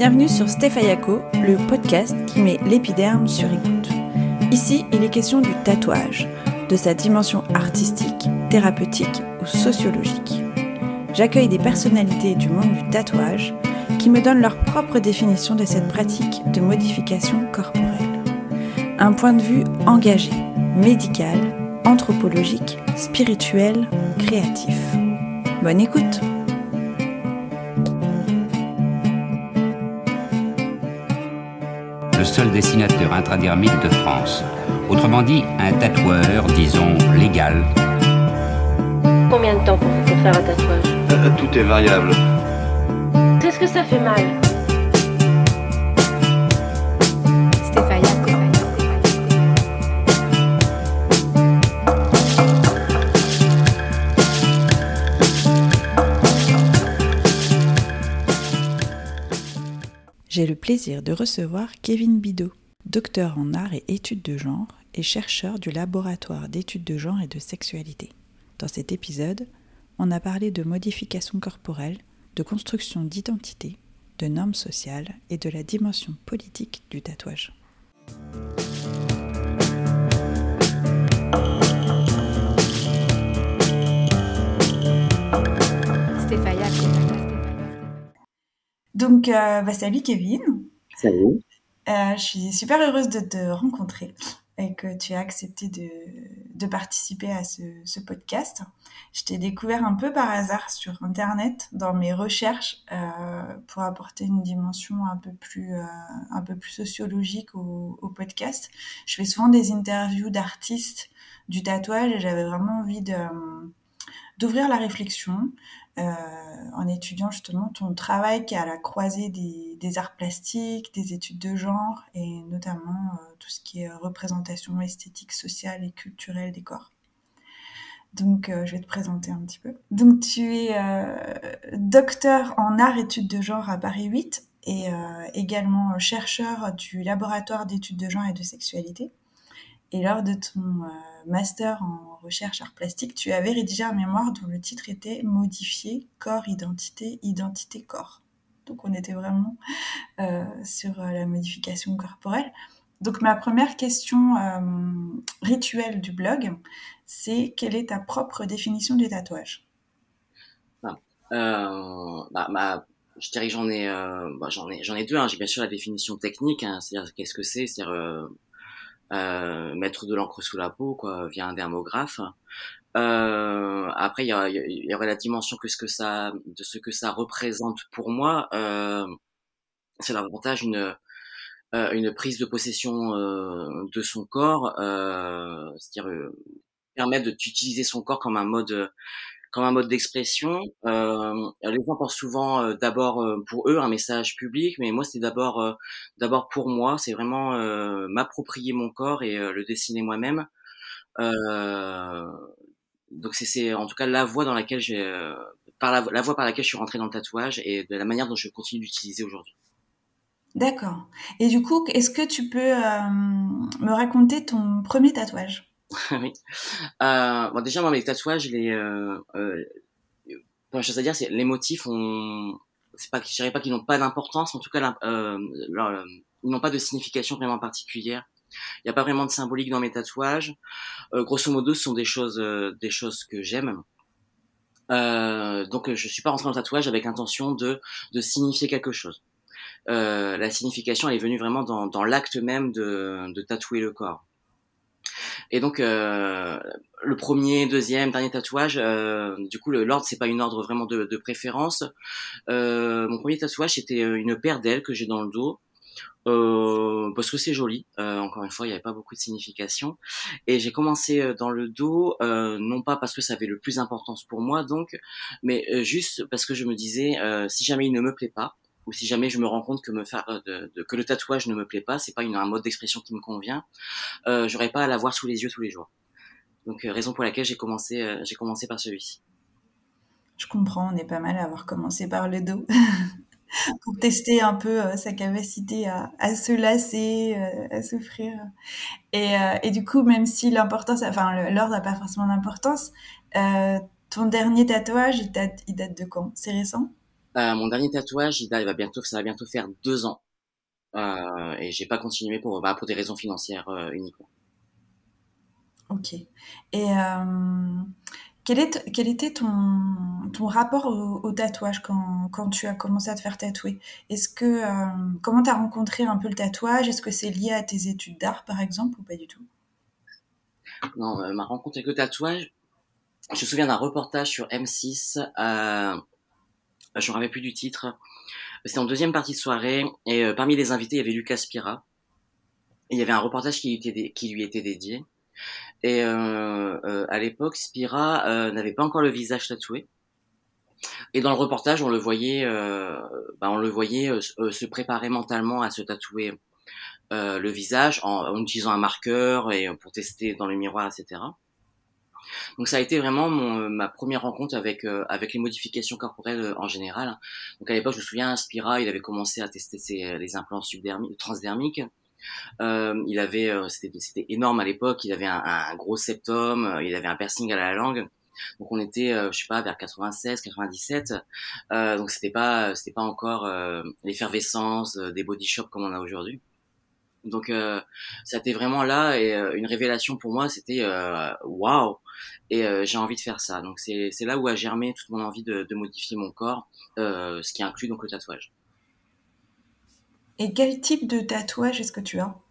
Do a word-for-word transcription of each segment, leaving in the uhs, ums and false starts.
Bienvenue sur Stéphayako, le podcast qui met l'épiderme sur écoute. Ici, il est question du tatouage, de sa dimension artistique, thérapeutique ou sociologique. J'accueille des personnalités du monde du tatouage qui me donnent leur propre définition de cette pratique de modification corporelle. Un point de vue engagé, médical, anthropologique, spirituel, créatif. Bonne écoute! Le seul dessinateur intradermique de France. Autrement dit, un tatoueur, disons, légal. Combien de temps pour, pour faire un tatouage ? euh, Tout est variable. Est-ce que ça fait mal ? J'ai le plaisir de recevoir Kevin Bidot, docteur en art et études de genre et chercheur du laboratoire d'études de genre et de sexualité. Dans cet épisode, on a parlé de modification corporelle, de construction d'identité, de normes sociales et de la dimension politique du tatouage. Donc, euh, bah, salut Kevin. Salut. Euh, je suis super heureuse de te rencontrer et que tu as accepté de, de participer à ce, ce podcast. Je t'ai découvert un peu par hasard sur Internet dans mes recherches euh, pour apporter une dimension un peu plus, euh, un peu plus sociologique au, au podcast. Je fais souvent des interviews d'artistes du tatouage et j'avais vraiment envie de, d'ouvrir la réflexion euh, en étudiant justement ton travail qui est à la croisée des, des arts plastiques, des études de genre et notamment euh, tout ce qui est représentation esthétique, sociale et culturelle des corps. Donc, euh, je vais te présenter un petit peu. Donc, tu es euh, docteur en arts études de genre à Paris huit et euh, également chercheur du laboratoire d'études de genre et de sexualité. Et lors de ton euh, master en recherche art plastique, tu avais rédigé un mémoire dont le titre était « Modifier corps, identité, identité, corps ». Donc, on était vraiment euh, sur euh, la modification corporelle. Donc, ma première question euh, rituelle du blog, c'est quelle est ta propre définition du tatouage ? Ah, euh, bah, bah, je dirais que j'en ai, euh, bah, j'en ai, j'en ai deux. Hein. J'ai bien sûr la définition technique, hein, c'est-à-dire qu'est-ce que c'est, c'est-à-dire euh, euh, mettre de l'encre sous la peau, quoi, via un dermographe. Euh, après, il y, a, il y aurait la dimension que ce que ça, de ce que ça représente pour moi. Euh, c'est davantage une euh, une prise de possession euh, de son corps, euh, c'est-à-dire euh, permettre de d'utiliser son corps comme un mode comme un mode d'expression. Euh, les gens pensent souvent euh, d'abord euh, pour eux un message public, mais moi c'est d'abord euh, d'abord pour moi. C'est vraiment euh, m'approprier mon corps et euh, le dessiner moi-même. Euh, donc c'est, c'est en tout cas la voie dans laquelle j'ai euh, par la, la voie par laquelle je suis rentrée dans le tatouage et de la manière dont je continue d'utiliser aujourd'hui. D'accord. Et du coup, est-ce que tu peux euh, me raconter ton premier tatouage ? Oui. Euh, bon, déjà, moi, mes tatouages, les, euh, euh, première chose à dire, c'est les motifs ont, c'est pas, je dirais pas qu'ils n'ont pas d'importance, en tout cas, euh, leur, ils n'ont pas de signification vraiment particulière. Il n'y a pas vraiment de symbolique dans mes tatouages. Euh, grosso modo, ce sont des choses, euh, des choses que j'aime. Euh, donc, je suis pas rentré dans le tatouage avec l'intention de, de signifier quelque chose. Euh, la signification, elle est venue vraiment dans, dans l'acte même de, de tatouer le corps. Et donc euh, le premier, deuxième, dernier tatouage, euh, du coup le, l'ordre c'est pas une ordre vraiment de, de préférence. Euh, mon premier tatouage c'était une paire d'ailes que j'ai dans le dos. Euh, parce que c'est joli, euh, encore une fois il n'y avait pas beaucoup de signification et j'ai commencé dans le dos euh, non pas parce que ça avait le plus d'importance pour moi donc, mais euh, juste parce que je me disais euh, si jamais il ne me plaît pas ou si jamais je me rends compte que me faire de, de, que le tatouage ne me plaît pas, c'est pas une, un mode d'expression qui me convient, euh, j'aurais pas à l'avoir sous les yeux tous les jours. Donc euh, raison pour laquelle j'ai commencé euh, j'ai commencé par celui-ci. Je comprends, on est pas mal à avoir commencé par le dos. Pour tester un peu euh, sa capacité à, à se lasser, euh, à s'offrir. Et, euh, et du coup, même si l'importance, enfin le, l'ordre n'a pas forcément d'importance, euh, ton dernier tatouage, il date, il date de quand ? C'est récent ? Euh, mon dernier tatouage, il, il va bientôt, ça va bientôt faire deux ans. Euh, et j'ai pas continué pour, bah, pour des raisons financières euh, uniquement. Ok. Et euh, quel, est, quel était ton, ton rapport au, au tatouage quand, quand tu as commencé à te faire tatouer? Est-ce que euh, comment tu as rencontré un peu le tatouage? Est-ce que c'est lié à tes études d'art, par exemple, ou pas du tout? Non, euh, ma rencontre avec le tatouage, je me souviens d'un reportage sur M six. Euh, je me rappelle plus du titre. C'était en deuxième partie de soirée et euh, parmi les invités, il y avait Lucas Pira. Et il y avait un reportage qui, était dé- qui lui était dédié. Et euh, euh, à l'époque, Spira euh, n'avait pas encore le visage tatoué. Et dans le reportage, on le voyait, euh, bah, on le voyait euh, euh, se préparer mentalement à se tatouer euh, le visage en, en utilisant un marqueur et pour tester dans le miroir, et cetera. Donc ça a été vraiment mon, ma première rencontre avec euh, avec les modifications corporelles euh, en général. Donc à l'époque, je me souviens, Spira, il avait commencé à tester ses, les implants subdermiques, transdermiques. Euh, il avait, euh, c'était, c'était énorme à l'époque. Il avait un, un gros septum, euh, il avait un piercing à la langue. Donc on était, euh, je sais pas, vers quatre-vingt-seize, quatre-vingt-dix-sept. Euh, donc c'était pas, c'était pas encore euh, l'effervescence euh, des body shops comme on a aujourd'hui. Donc euh, ça a été vraiment là et euh, une révélation pour moi. C'était euh, waouh. Et euh, j'ai envie de faire ça. Donc c'est c'est là où a germé toute mon envie de, de modifier mon corps, euh, ce qui inclut donc le tatouage. Et quel type de tatouage est-ce que tu as?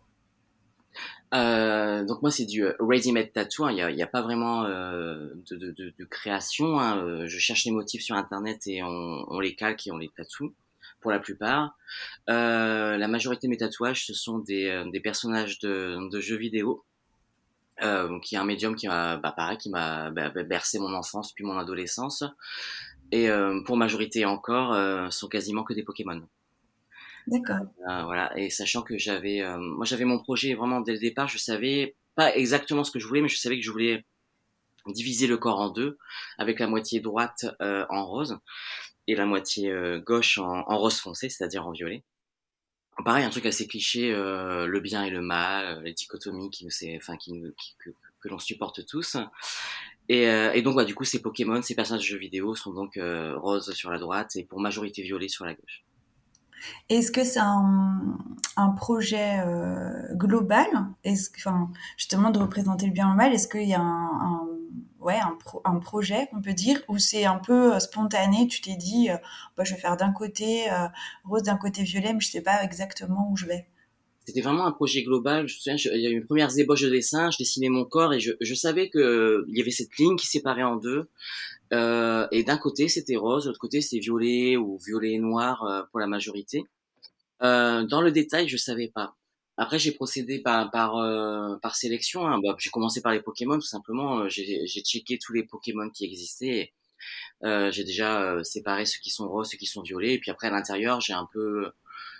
Euh, donc moi c'est du euh, ready-made tattoo, hein. Il y a, il y a pas vraiment euh, de, de, de, de création, hein. Euh, Je cherche les motifs sur internet et on, on les calque et on les tatoue pour la plupart. Euh, la majorité de mes tatouages ce sont des, euh, des personnages de, de jeux vidéo. Euh, donc il y a un médium qui m'a, bah pareil, qui m'a bah, bah, bercé mon enfance puis mon adolescence. Et euh, pour majorité encore, euh, sont quasiment que des Pokémon. D'accord. Euh, voilà. Et sachant que j'avais, euh, moi j'avais mon projet vraiment dès le départ, je savais pas exactement ce que je voulais, mais je savais que je voulais diviser le corps en deux, avec la moitié droite euh, en rose et la moitié euh, gauche en, en rose foncé, c'est-à-dire en violet. Pareil, un truc assez cliché, euh, le bien et le mal, les dichotomies qui, c'est, enfin, qui, qui- que, que l'on supporte tous. Et, euh, et donc, bah, du coup, ces Pokémon, ces personnages de jeux vidéo sont donc euh, roses sur la droite et pour majorité violet sur la gauche. Est-ce que c'est un, un projet euh, global? Est-ce que, enfin, justement, de représenter le bien et le mal, est-ce qu'il y a un, un- ouais, un, pro- un projet, on peut dire, ou c'est un peu euh, spontané, tu t'es dit, euh, bah, je vais faire d'un côté euh, rose, d'un côté violet, mais je sais pas exactement où je vais. C'était vraiment un projet global. Je me souviens, je- il y a eu mes premières ébauches de dessin, je dessinais mon corps et je, je savais que euh, il y avait cette ligne qui séparait en deux. Euh, et d'un côté c'était rose, de l'autre côté c'était violet ou violet et noir euh, pour la majorité. Euh, dans le détail, je savais pas. Après, j'ai procédé par par euh, par sélection, hein. Bah, j'ai commencé par les Pokémon tout simplement. Euh, J'ai j'ai checké tous les Pokémon qui existaient. Euh, j'ai déjà euh, séparé ceux qui sont roses, ceux qui sont violets, et puis après à l'intérieur, j'ai un peu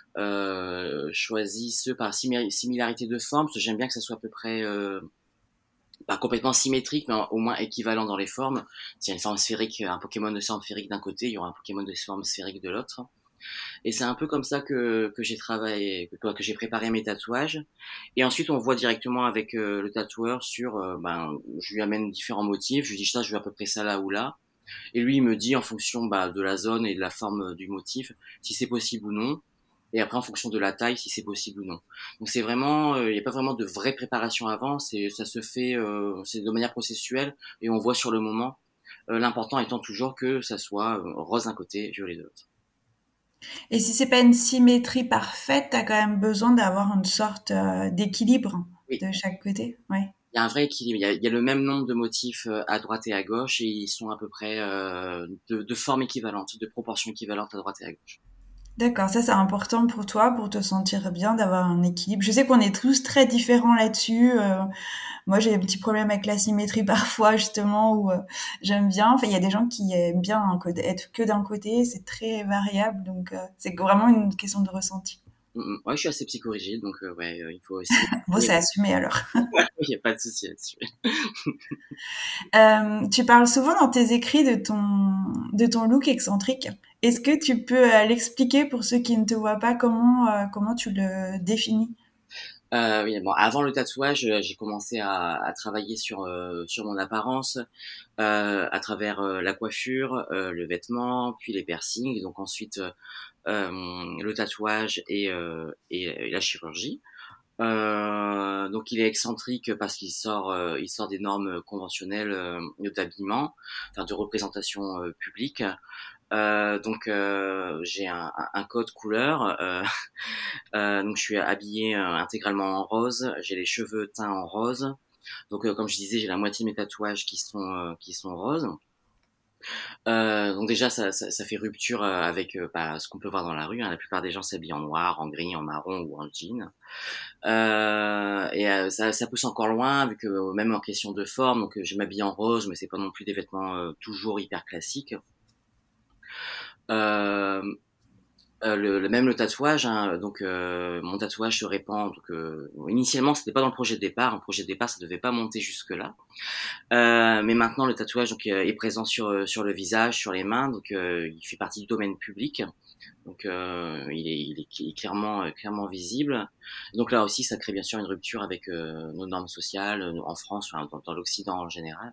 euh, choisi ceux par simili- similarité de forme, parce que j'aime bien que ça soit à peu près euh, pas complètement symétrique, mais au moins équivalent dans les formes. S'il y a une forme sphérique, un Pokémon de forme sphérique d'un côté, il y aura un Pokémon de forme sphérique de l'autre. Et c'est un peu comme ça que, que j'ai travaillé, que, que j'ai préparé mes tatouages. Et ensuite, on voit directement avec euh, le tatoueur sur, euh, ben, je lui amène différents motifs, je lui dis ça, je veux à peu près ça là ou là. Et lui, il me dit en fonction bah, de la zone et de la forme du motif, si c'est possible ou non. Et après, en fonction de la taille, si c'est possible ou non. Donc c'est vraiment, euh, il n'y a pas vraiment de vraie préparation avant. C'est, ça se fait, euh, c'est de manière processuelle et on voit sur le moment. Euh, l'important étant toujours que ça soit euh, rose d'un côté, violet de l'autre. Et si c'est pas une symétrie parfaite, t'as quand même besoin d'avoir une sorte euh, d'équilibre Oui. de chaque côté. Ouais. Il y a un vrai équilibre. Il y a, il y a le même nombre de motifs euh, à droite et à gauche et ils sont à peu près euh, de, de forme équivalente, de proportion équivalente à droite et à gauche. D'accord, ça c'est important pour toi, pour te sentir bien, d'avoir un équilibre. Je sais qu'on est tous très différents là-dessus. euh, Moi, j'ai un petit problème avec la symétrie parfois, justement, où euh, j'aime bien. Enfin, il y a des gens qui aiment bien un côté- être que d'un côté, c'est très variable, donc euh, c'est vraiment une question de ressenti. Mm, mm. Ouais, je suis assez psychorigide, donc euh, ouais, euh, il faut aussi. Bon, c'est assumé alors. Il n'y a pas de souci là-dessus. Euh, tu parles souvent dans tes écrits de ton, de ton look excentrique. Est-ce que tu peux euh, l'expliquer pour ceux qui ne te voient pas, comment, euh, comment tu le définis? Euh, oui, bon, avant le tatouage, euh, j'ai commencé à, à travailler sur euh, sur mon apparence euh, à travers euh, la coiffure, euh, le vêtement, puis les piercings. Donc ensuite euh, euh, le tatouage et, euh, et, et la chirurgie. Euh, donc il est excentrique parce qu'il sort, euh, il sort des normes conventionnelles euh, d'habillement, enfin de représentation euh, publique. Euh, donc euh, j'ai un, un code couleur. Euh, euh, donc je suis habillée euh, intégralement en rose. J'ai les cheveux teints en rose. Donc euh, comme je disais, j'ai la moitié de mes tatouages qui sont euh, qui sont roses. Euh, donc déjà ça, ça, ça fait rupture euh, avec euh, bah, ce qu'on peut voir dans la rue. Hein. La plupart des gens s'habillent en noir, en gris, en marron ou en jean. Euh, et euh, ça, ça pousse encore loin, vu que euh, même en question de forme, donc euh, je m'habille en rose, mais c'est pas non plus des vêtements euh, toujours hyper classiques. Euh, euh, le, le même le tatouage, hein, donc euh, mon tatouage se répand. Donc euh, initialement, c'était pas dans le projet de départ. Un projet de départ, ça devait pas monter jusque là. Euh, mais maintenant, le tatouage donc euh, est présent sur euh, sur le visage, sur les mains, donc euh, il fait partie du domaine public. Donc euh, il, est, il, est, il est clairement euh, clairement visible. Donc là aussi, ça crée bien sûr une rupture avec euh, nos normes sociales euh, en France, enfin, dans, dans l'Occident en général.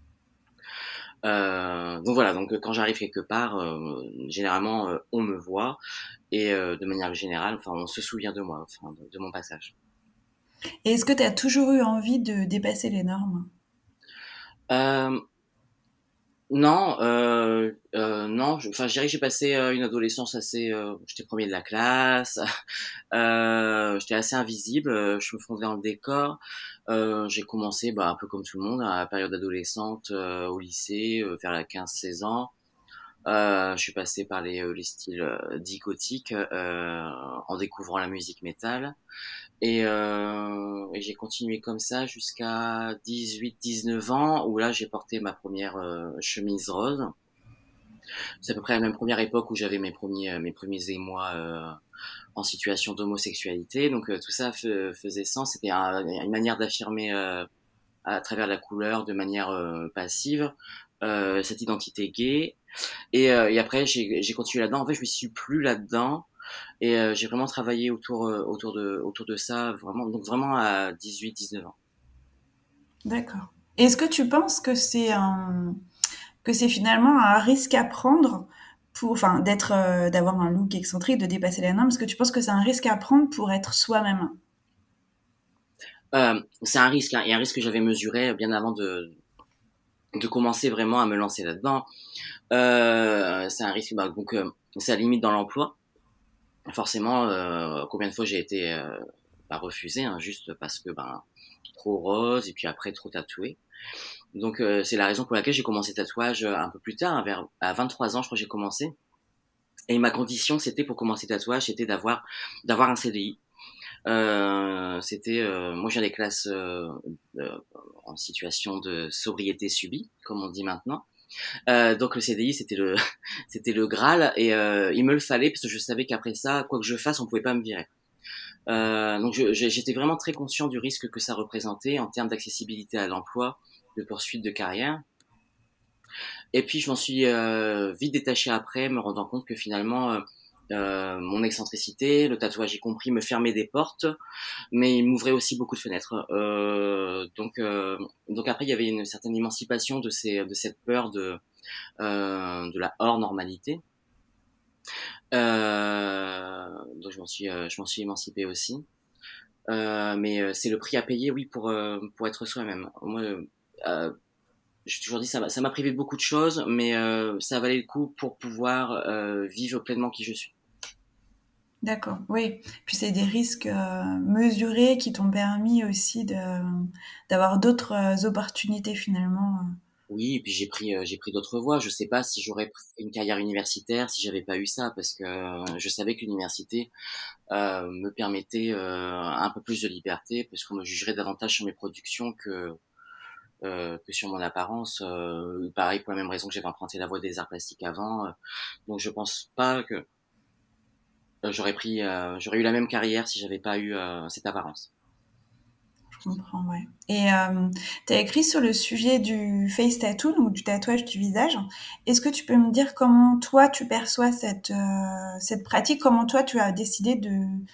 Euh, donc voilà, donc quand j'arrive quelque part, euh, généralement euh, on me voit et euh, de manière générale, enfin on se souvient de moi, enfin de, de mon passage. Et est-ce que tu as toujours eu envie de dépasser les normes? Euh, Non, euh, euh, non. je- Enfin, je dirais que j'ai passé euh, une adolescence assez. Euh, j'étais premier de la classe. Euh, j'étais assez invisible. euh, Je me fondais dans le décor. Euh, j'ai commencé, bah, un peu comme tout le monde, à la période adolescente, euh, au lycée, euh, vers la quinze seize ans. Euh, je suis passé par les, euh, les styles euh, dits gothiques euh, en découvrant la musique métal. Et, euh, et j'ai continué comme ça jusqu'à dix-huit dix-neuf ans, où là j'ai porté ma première euh, chemise rose. C'est à peu près la même première époque où j'avais mes premiers, euh, mes premiers émois euh, en situation d'homosexualité. Donc euh, tout ça fe- faisait sens. C'était un- une manière d'affirmer euh, à travers la couleur, de manière euh, passive, euh, cette identité gay. Et, euh, et après j'ai j'ai continué là-dedans. En fait, je me suis plus là-dedans. Et euh, j'ai vraiment travaillé autour, euh, autour, de, autour de ça, vraiment, donc vraiment à dix-huit dix-neuf ans. D'accord. Est-ce que tu penses que c'est un, que c'est finalement un risque à prendre pour, enfin, d'être, euh, d'avoir un look excentrique, de dépasser les normes? Est-ce que tu penses que c'est un risque à prendre pour être soi-même? Euh, c'est un risque, hein, et un risque que j'avais mesuré bien avant de, de commencer vraiment à me lancer là-dedans. Euh, c'est un risque, bah, donc euh, c'est à la limite dans l'emploi. Forcément, euh, combien de fois j'ai été euh, bah, refusé, hein, juste parce que ben trop rose et puis après trop tatoué. Donc euh, c'est la raison pour laquelle j'ai commencé le tatouage euh, un peu plus tard, hein, vers à vingt-trois ans, je crois que j'ai commencé. Et ma condition, c'était pour commencer le tatouage, c'était d'avoir d'avoir un C D I. Euh, c'était, euh, moi, je viens des classes euh, euh, en situation de sobriété subie, comme on dit maintenant. Euh, donc le C D I, c'était le, c'était le Graal, et euh, il me le fallait parce que je savais qu'après ça, quoi que je fasse, on pouvait pas me virer. Euh, donc je, j'étais vraiment très conscient du risque que ça représentait en termes d'accessibilité à l'emploi, de poursuite de carrière. Et puis je m'en suis euh, vite détaché après, me rendant compte que finalement, euh, euh, mon excentricité, le tatouage y compris, me fermait des portes, mais il m'ouvrait aussi beaucoup de fenêtres. Euh, donc, euh, donc après, il y avait une certaine émancipation de ces, de cette peur de, euh, de la hors normalité. Euh, donc je m'en suis, euh, je m'en suis émancipé aussi. Euh, mais euh, c'est le prix à payer, oui, pour euh, pour être soi-même. Moi, euh, j'ai toujours dit ça m'a ça m'a privé de beaucoup de choses, mais euh, ça valait le coup pour pouvoir euh, vivre pleinement qui je suis. D'accord, oui. Puis c'est des risques euh, mesurés qui t'ont permis aussi de, d'avoir d'autres euh, opportunités finalement. Oui, et puis j'ai pris euh, j'ai pris d'autres voies. Je sais pas si j'aurais fait une carrière universitaire si j'avais pas eu ça, parce que euh, je savais que l'université euh, me permettait euh, un peu plus de liberté, parce qu'on me jugerait davantage sur mes productions que euh, que sur mon apparence. Euh, pareil pour la même raison que j'avais emprunté la voie des arts plastiques avant. Euh, donc je pense pas que euh, j'aurais pris euh, j'aurais eu la même carrière si j'avais pas eu euh, cette apparence. Je comprends, ouais. Et euh, tu as écrit sur le sujet du face tattoo, donc du tatouage du visage. Est-ce que tu peux me dire comment toi tu perçois cette, euh, cette pratique, comment toi tu as décidé de,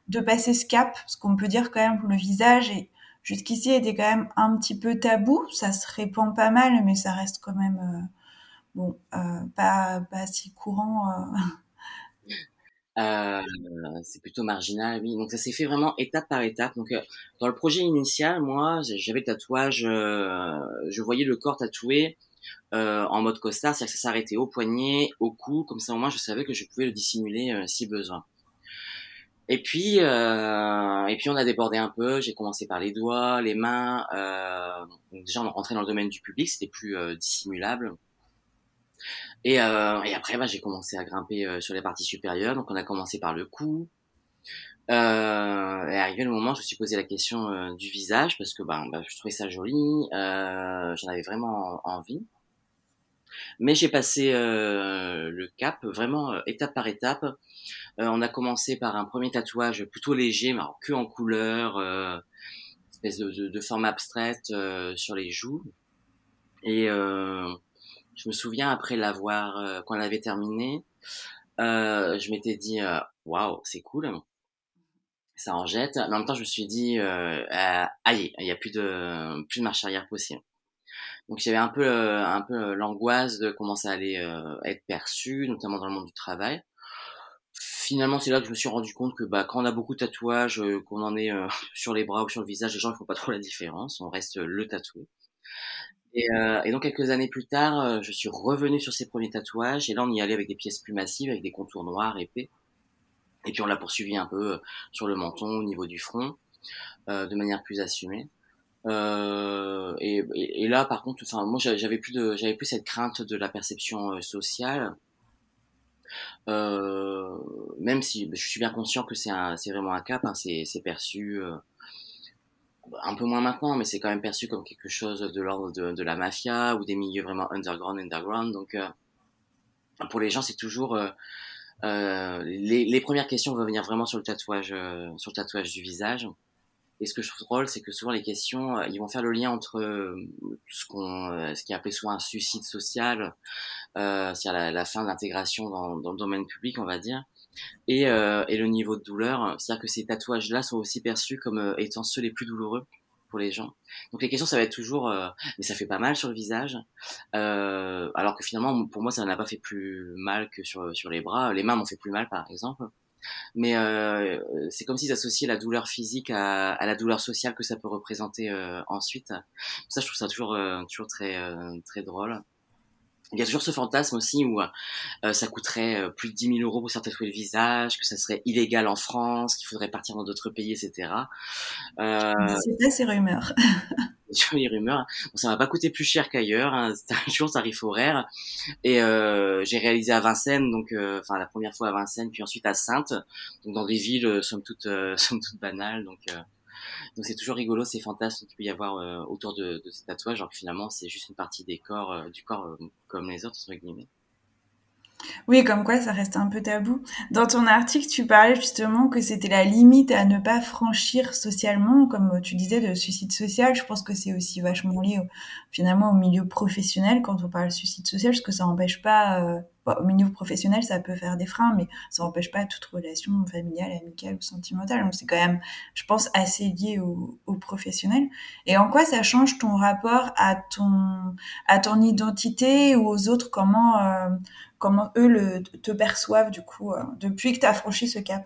de passer ce cap, parce qu'on peut dire quand même que le visage est, jusqu'ici était quand même un petit peu tabou, ça se répand pas mal, mais ça reste quand même euh, bon, euh, pas pas si courant. Euh. Euh, c'est plutôt marginal, oui. Donc ça s'est fait vraiment étape par étape. Donc euh, dans le projet initial, moi, j'avais le tatouage, euh, je voyais le corps tatoué euh, en mode costard, c'est-à-dire que ça s'arrêtait au poignet, au cou, comme ça au moins je savais que je pouvais le dissimuler euh, si besoin. Et puis, euh, et puis on a débordé un peu. J'ai commencé par les doigts, les mains. Euh, donc déjà, on rentrait dans le domaine du public, c'était plus euh, dissimulable. Et, euh, et après, bah, j'ai commencé à grimper euh, sur les parties supérieures. Donc, on a commencé par le cou. Euh, et arrivé le moment, je me suis posé la question euh, du visage parce que bah, bah, je trouvais ça joli. Euh, j'en avais vraiment envie. Mais j'ai passé euh, le cap vraiment euh, étape par étape. Euh, on a commencé par un premier tatouage plutôt léger, mais alors que en couleur, euh, espèce de, de, de forme abstraite euh, sur les joues. Et euh, je me souviens après l'avoir, euh, quand on l'avait terminé, euh, je m'étais dit euh, waouh, c'est cool, ça en jette. Mais en même temps, je me suis dit euh, euh, aïe, il y a plus de plus de marche arrière possible. Donc j'avais un peu euh, un peu l'angoisse de comment ça allait euh, être perçu, notamment dans le monde du travail. Finalement, c'est là que je me suis rendu compte que bah, quand on a beaucoup de tatouages, euh, qu'on en est euh, sur les bras ou sur le visage, les gens ne font pas trop la différence. On reste euh, le tatoué. Et, euh, et donc quelques années plus tard, euh, je suis revenu sur ces premiers tatouages. Et là, on y allait avec des pièces plus massives, avec des contours noirs, épais. Et puis on l'a poursuivi un peu euh, sur le menton, au niveau du front, euh, de manière plus assumée. Euh, et, et, et là, par contre, enfin, moi, j'avais plus de, j'avais plus cette crainte de la perception euh, sociale. Euh, même si je suis bien conscient que c'est un, c'est vraiment un cap, hein, c'est, c'est perçu euh, un peu moins maintenant, mais c'est quand même perçu comme quelque chose de l'ordre de, de la mafia ou des milieux vraiment underground, underground. Donc euh, pour les gens, c'est toujours euh, euh, les, les premières questions vont venir vraiment sur le tatouage, euh, sur le tatouage du visage. Et ce que je trouve drôle, c'est que souvent les questions, euh, ils vont faire le lien entre euh, ce qu'on, euh, ce qui est appelé souvent un suicide social, euh, c'est-à-dire la, la fin de l'intégration dans, dans le domaine public, on va dire, et, euh, et le niveau de douleur. C'est-à-dire que ces tatouages-là sont aussi perçus comme euh, étant ceux les plus douloureux pour les gens. Donc les questions, ça va être toujours, euh, mais ça fait pas mal sur le visage, euh, alors que finalement, pour moi, ça n'a pas fait plus mal que sur sur les bras. Les mains m'ont fait plus mal, par exemple. Mais euh, c'est comme s'ils associaient la douleur physique à, à la douleur sociale que ça peut représenter euh, ensuite. Ça, je trouve ça toujours euh, toujours très euh, très drôle. Il y a toujours ce fantasme aussi où euh, ça coûterait euh, plus de dix mille euros pour se faire tatouer le visage, que ça serait illégal en France, qu'il faudrait partir dans d'autres pays, et cetera. Euh, C'est ça ces rumeurs. sur les rumeurs, bon, ça m'a pas coûté plus cher qu'ailleurs, hein, c'était toujours tarif horaire. Et euh, j'ai réalisé à Vincennes, donc euh, enfin la première fois à Vincennes, puis ensuite à Saintes, donc dans des villes euh, somme toute euh, somme toute banales. Donc euh, donc c'est toujours rigolo ces fantasmes qu'il peut y avoir euh, autour de, de ces tatouages, alors que finalement c'est juste une partie des corps euh, du corps euh, comme les autres entre guillemets. Oui, comme quoi ça reste un peu tabou. Dans ton article, tu parlais justement que c'était la limite à ne pas franchir socialement, comme tu disais, de suicide social. Je pense que c'est aussi vachement lié au, finalement au milieu professionnel quand on parle de suicide social, parce que ça n'empêche pas, euh, bon, au milieu professionnel, ça peut faire des freins, mais ça n'empêche pas toute relation familiale, amicale ou sentimentale. Donc c'est quand même, je pense, assez lié au, au professionnel. Et en quoi ça change ton rapport à ton, à ton identité ou aux autres? Comment, euh, comment eux le, te perçoivent du coup euh, depuis que tu as franchi ce cap?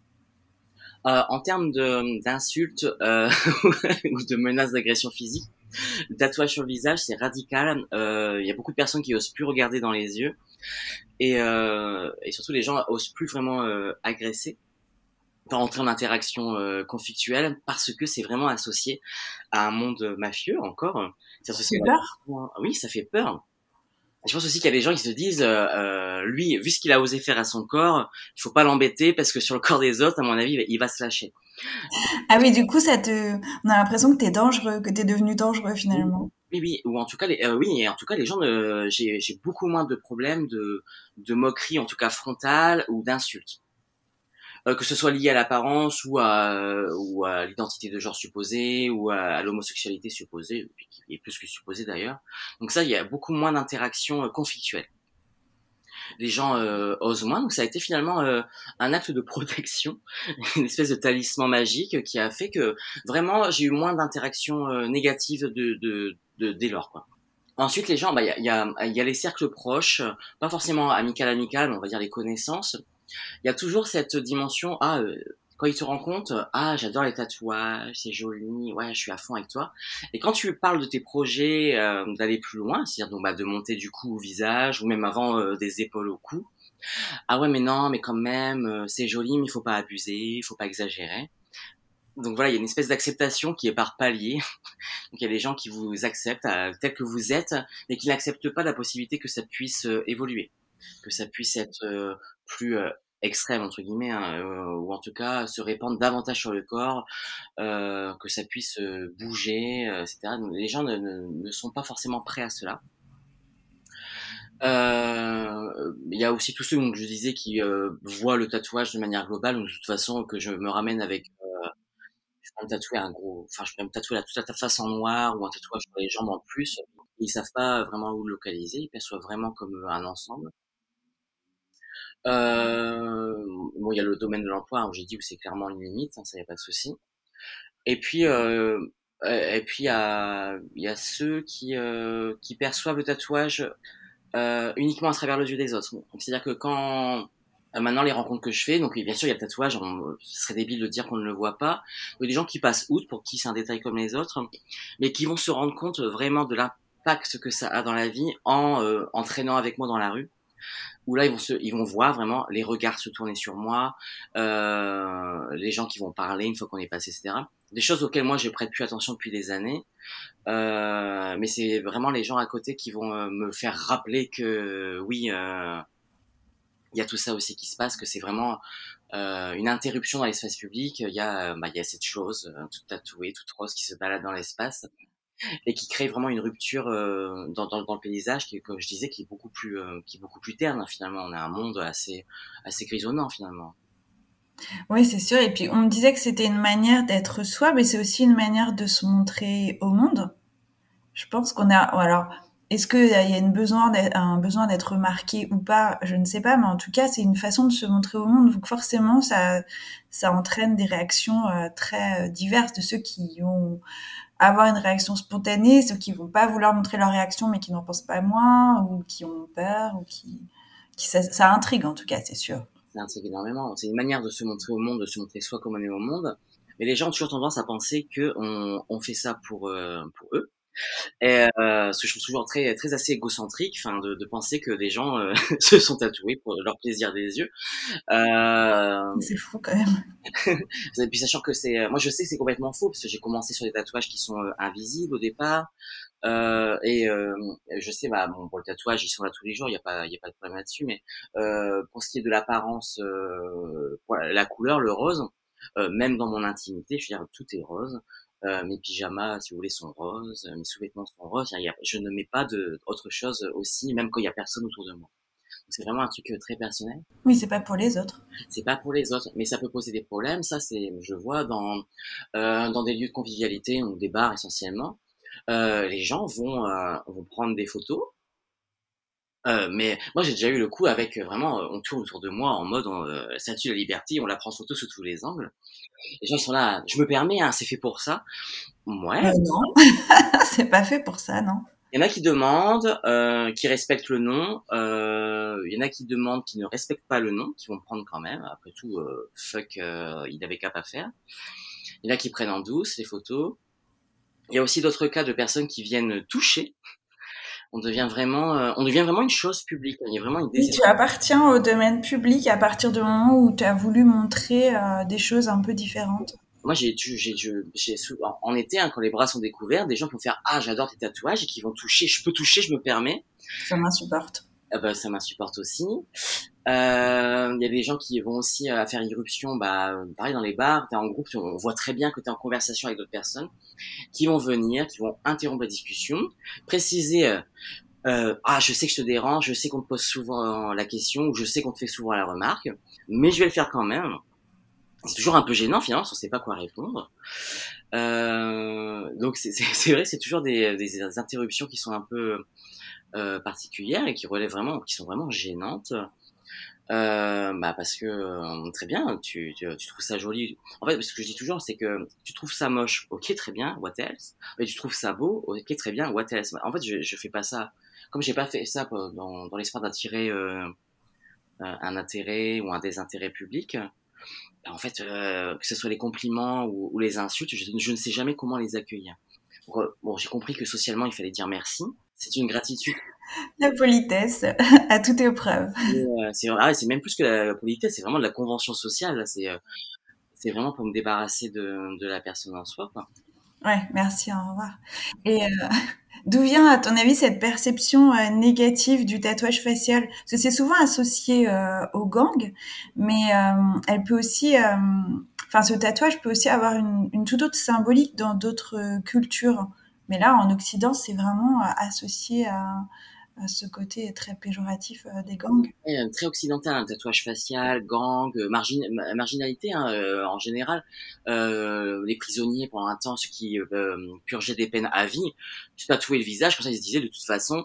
Euh, en termes de, d'insultes euh, ou de menaces d'agression physique, le tatouage sur le visage, c'est radical. Il euh, y a beaucoup de personnes qui osent plus regarder dans les yeux. Et, euh, et surtout, les gens osent plus vraiment euh, agresser, pas entrer en interaction euh, conflictuelle, parce que c'est vraiment associé à un monde mafieux, encore. C'est associé C'est peur. à... Oui, ça fait peur. Je pense aussi qu'il y a des gens qui se disent, euh, euh, lui, vu ce qu'il a osé faire à son corps, il faut pas l'embêter parce que sur le corps des autres, à mon avis, il va se lâcher. Ah oui, du coup, ça te, on a l'impression que t'es dangereux, que t'es devenu dangereux Oui, finalement. oui, oui, ou en tout cas, les, euh, oui, et en tout cas, les gens, euh, j'ai, j'ai beaucoup moins de problèmes de, de moquerie, en tout cas frontale, ou d'insultes. Euh, que ce soit lié à l'apparence ou à, ou à l'identité de genre supposée ou à, à l'homosexualité supposée, et plus que supposée d'ailleurs. Donc ça, il y a beaucoup moins d'interactions euh, conflictuelles. les gens euh, osent moins. Donc ça a été finalement euh, un acte de protection, une espèce de talisman magique qui a fait que vraiment j'ai eu moins d'interactions euh, négatives de, de, de, dès lors, quoi. Ensuite, les gens, bah, il y a, y a, y a les cercles proches, pas forcément amical amical, mais on va dire les connaissances. Il y a toujours cette dimension, ah, euh, quand ils se rendent compte, ah, j'adore les tatouages, c'est joli, ouais, je suis à fond avec toi. Et quand tu parles de tes projets euh, d'aller plus loin, c'est-à-dire donc bah, de monter du cou au visage, ou même avant euh, des épaules au cou, ah ouais, mais non, mais quand même, euh, c'est joli, mais il faut pas abuser, il faut pas exagérer. Donc voilà, il y a une espèce d'acceptation qui est par palier. Donc il y a des gens qui vous acceptent euh, tel que vous êtes, mais qui n'acceptent pas la possibilité que ça puisse euh, évoluer, que ça puisse être euh, plus euh, extrême entre guillemets, hein, euh, ou en tout cas se répandre davantage sur le corps, euh, que ça puisse euh, bouger, euh, et cetera. Donc, les gens ne, ne, ne sont pas forcément prêts à cela. Euh, il y a aussi tous ceux, donc je disais, qui euh, voient le tatouage de manière globale, donc de toute façon que je me ramène avec je peux me tatouer un gros, enfin, je peux me tatouer la, toute la face en noir ou un tatouage sur les jambes en plus. Ils savent pas vraiment où le localiser, ils perçoivent vraiment comme un ensemble. Euh, bon, il y a le domaine de l'emploi, hein, j'ai dit où c'est clairement une limite, hein, ça y a pas de souci. Et puis, euh, et puis il y a, il y a ceux qui, euh, qui perçoivent le tatouage euh, uniquement à travers les yeux des autres. Donc, c'est-à-dire que quand euh, maintenant les rencontres que je fais, donc bien sûr il y a le tatouage, on, ce serait débile de dire qu'on ne le voit pas. Il y a des gens qui passent outre, pour qui c'est un détail comme les autres, mais qui vont se rendre compte vraiment de l'impact que ça a dans la vie en euh, en traînant avec moi dans la rue. Où là ils vont se, ils vont voir vraiment les regards se tourner sur moi, euh, les gens qui vont parler une fois qu'on est passé, et cetera. Des choses auxquelles moi je prête plus attention depuis des années, euh, mais c'est vraiment les gens à côté qui vont euh, me faire rappeler que oui, euh, il y a tout ça aussi qui se passe, que c'est vraiment euh, une interruption dans l'espace public. Il y a, bah, il y a cette chose euh, toute tatouée, toute rose qui se balade dans l'espace et qui crée vraiment une rupture euh, dans, dans, dans le paysage qui, comme je disais, qui est beaucoup plus, euh, qui est beaucoup plus terne, hein, finalement. On a un monde assez, assez grisonnant finalement. Oui, c'est sûr. Et puis, on me disait que c'était une manière d'être soi, mais c'est aussi une manière de se montrer au monde. Je pense qu'on a, alors, est-ce qu'il y a une besoin un besoin d'être remarqué ou pas? Je ne sais pas, mais en tout cas, c'est une façon de se montrer au monde. Donc, forcément, ça, ça entraîne des réactions euh, très diverses de ceux qui vont avoir une réaction spontanée, ceux qui vont pas vouloir montrer leur réaction, mais qui n'en pensent pas moins, ou qui ont peur, ou qui, qui ça, ça intrigue en tout cas, c'est sûr. Ça intrigue énormément. C'est une manière de se montrer au monde, de se montrer soi comme on est au monde. Mais les gens ont toujours tendance à penser que on, on fait ça pour euh, pour eux. Et euh, ce que je trouve toujours très très assez égocentrique, enfin de, de penser que des gens euh, se sont tatoués pour leur plaisir des yeux. Euh... C'est fou quand même. Et puis sachant que c'est, moi je sais que c'est complètement faux parce que j'ai commencé sur des tatouages qui sont euh, invisibles au départ. Euh, et euh, je sais, bah bon, pour le tatouage ils sont là tous les jours, il y a pas il y a pas de problème là-dessus. Mais euh, pour ce qui est de l'apparence, euh, voilà, la couleur, le rose, euh, même dans mon intimité, je veux dire tout est rose. Euh, mes pyjamas, si vous voulez, sont roses, mes sous-vêtements sont roses. Il y a, je ne mets pas de autre chose aussi, même quand il y a personne autour de moi. Donc, c'est vraiment un truc très personnel. Oui, c'est pas pour les autres. C'est pas pour les autres, mais ça peut poser des problèmes. Ça, c'est, je vois dans euh, dans des lieux de convivialité, donc des bars essentiellement, euh, les gens vont euh, vont prendre des photos. Euh, mais moi j'ai déjà eu le coup avec euh, vraiment euh, on tourne autour de moi en mode euh, statue de la liberté, on la prend photo sous tous les angles. Les gens sont là, je me permets, hein, c'est fait pour ça. Ouais. Euh, non, c'est pas fait pour ça, non. Il y en a qui demandent, euh, qui respectent le nom. Euh, il y en a qui demandent, qui ne respectent pas le nom, qui vont prendre quand même. Après tout, euh, fuck, euh, il avait qu'à pas faire. Il y en a qui prennent en douce les photos. Il y a aussi d'autres cas de personnes qui viennent toucher. On devient vraiment, euh, on devient vraiment une chose publique. Il y a vraiment une oui, tu appartiens au domaine public à partir du moment où tu as voulu montrer euh, des choses un peu différentes. Moi, j'ai, j'ai, j'ai, j'ai en été, hein, quand les bras sont découverts, des gens vont faire ah j'adore tes tatouages et qui vont toucher. Je peux toucher, je me permets. Ça m'insupporte. Ah bah, ça m'insupporte aussi. Il euh, y a des gens qui vont aussi euh, faire irruption, bah pareil dans les bars. T'es en groupe, on voit très bien que t'es en conversation avec d'autres personnes qui vont venir, qui vont interrompre la discussion, préciser. Euh, euh, ah, je sais que je te dérange, je sais qu'on te pose souvent la question, ou je sais qu'on te fait souvent la remarque, mais je vais le faire quand même. C'est toujours un peu gênant finalement, parce qu'on sait pas quoi répondre. Euh, donc c'est, c'est, c'est vrai, c'est toujours des, des interruptions qui sont un peu euh, particulières et qui relèvent vraiment, qui sont vraiment gênantes. Euh, bah parce que euh, très bien, tu, tu, tu trouves ça joli. En fait, ce que je dis toujours, c'est que tu trouves ça moche, ok, très bien, what else? Mais tu trouves ça beau, ok, très bien, what else? En fait, je, je fais pas ça. Comme j'ai pas fait ça dans, dans l'espoir d'attirer euh, un intérêt ou un désintérêt public, bah, en fait, euh, que ce soit les compliments ou, ou les insultes, je, je ne sais jamais comment les accueillir. Bon, bon, j'ai compris que socialement, il fallait dire merci. C'est une gratitude. La politesse à toute épreuve. Euh, c'est, ah, c'est même plus que la politesse, c'est vraiment de la convention sociale. Là, c'est, euh, c'est vraiment pour me débarrasser de, de la personne en soi, quoi. Ouais, merci, au revoir. Et euh, d'où vient, à ton avis, cette perception euh, négative du tatouage facial? Parce que c'est souvent associé euh, au gang, mais euh, elle peut aussi, euh, enfin, ce tatouage peut aussi avoir une, une toute autre symbolique dans d'autres euh, cultures. Mais là, en Occident, c'est vraiment euh, associé à, à ce côté très péjoratif euh, des gangs. Et, euh, très occidental, un tatouage facial, gang, euh, margin, ma- marginalité hein, euh, en général. Euh, les prisonniers pendant un temps, ceux qui euh, purgeaient des peines à vie, se tatouaient le visage, comme ça ils se disaient de toute façon,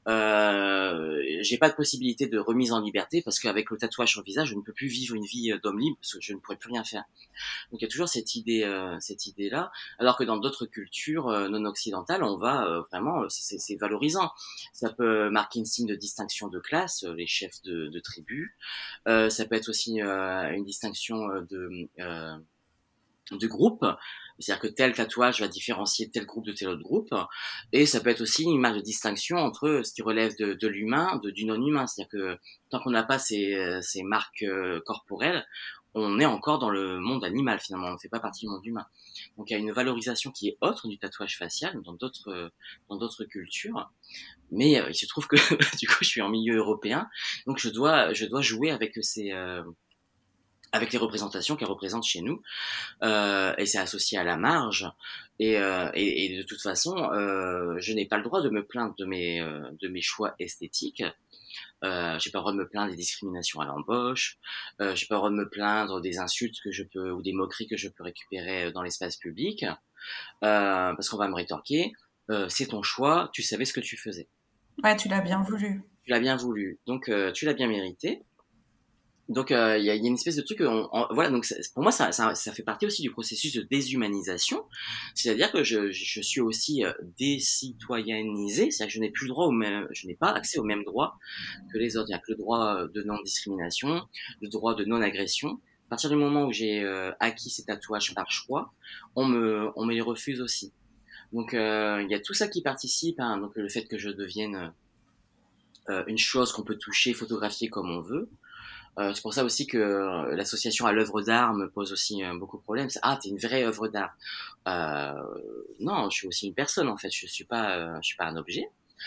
euh, j'ai pas de possibilité de remise en liberté parce qu'avec le tatouage sur le visage, je ne peux plus vivre une vie euh, d'homme libre parce que je ne pourrais plus rien faire. Donc il y a toujours cette idée, euh, cette idée-là, alors que dans d'autres cultures euh, non occidentales, on va euh, vraiment, euh, c'est, c'est valorisant. Ça peut marquer une signe de distinction de classe, euh, les chefs de, de tribu. Euh, ça peut être aussi euh, une distinction euh, de euh, de groupe. C'est-à-dire que tel tatouage va différencier tel groupe de tel autre groupe. Et ça peut être aussi une image de distinction entre ce qui relève de, de l'humain, de, du non-humain. C'est-à-dire que tant qu'on n'a pas ces, ces marques euh, corporelles, on est encore dans le monde animal finalement. On ne fait pas partie du monde humain. Donc il y a une valorisation qui est autre du tatouage facial dans d'autres dans d'autres cultures. Mais euh, il se trouve que du coup je suis en milieu européen, donc je dois je dois jouer avec ces euh, avec les représentations qu'elle représente chez nous. Euh, et c'est associé à la marge. Et, euh, et, et de toute façon, euh, je n'ai pas le droit de me plaindre de mes, euh, de mes choix esthétiques. Euh, j'ai pas le droit de me plaindre des discriminations à l'embauche. Euh, j'ai pas le droit de me plaindre des insultes que je peux ou des moqueries que je peux récupérer dans l'espace public. Euh, parce qu'on va me rétorquer. Euh, c'est ton choix. Tu savais ce que tu faisais. Ouais, tu l'as bien voulu. Tu l'as bien voulu. Donc euh, tu l'as bien mérité. Donc il euh, y, a, y a une espèce de truc, on, on, voilà. Donc ça, pour moi, ça, ça, ça fait partie aussi du processus de déshumanisation, c'est-à-dire que je, je suis aussi euh, décitoyennisé, c'est-à-dire que je n'ai plus le droit au même, je n'ai pas accès aux mêmes droits que les autres. Il y a que le droit de non-discrimination, le droit de non-agression. À partir du moment où j'ai euh, acquis ces tatouages par choix, on me, on me les refuse aussi. Donc il euh, y a tout ça qui participe, hein, donc le fait que je devienne euh, une chose qu'on peut toucher, photographier comme on veut. Euh, c'est pour ça aussi que euh, l'association à l'œuvre d'art me pose aussi euh, beaucoup de problèmes. C'est, ah, t'es une vraie œuvre d'art. Euh, non, je suis aussi une personne en fait. Je suis pas, euh, je suis pas un objet.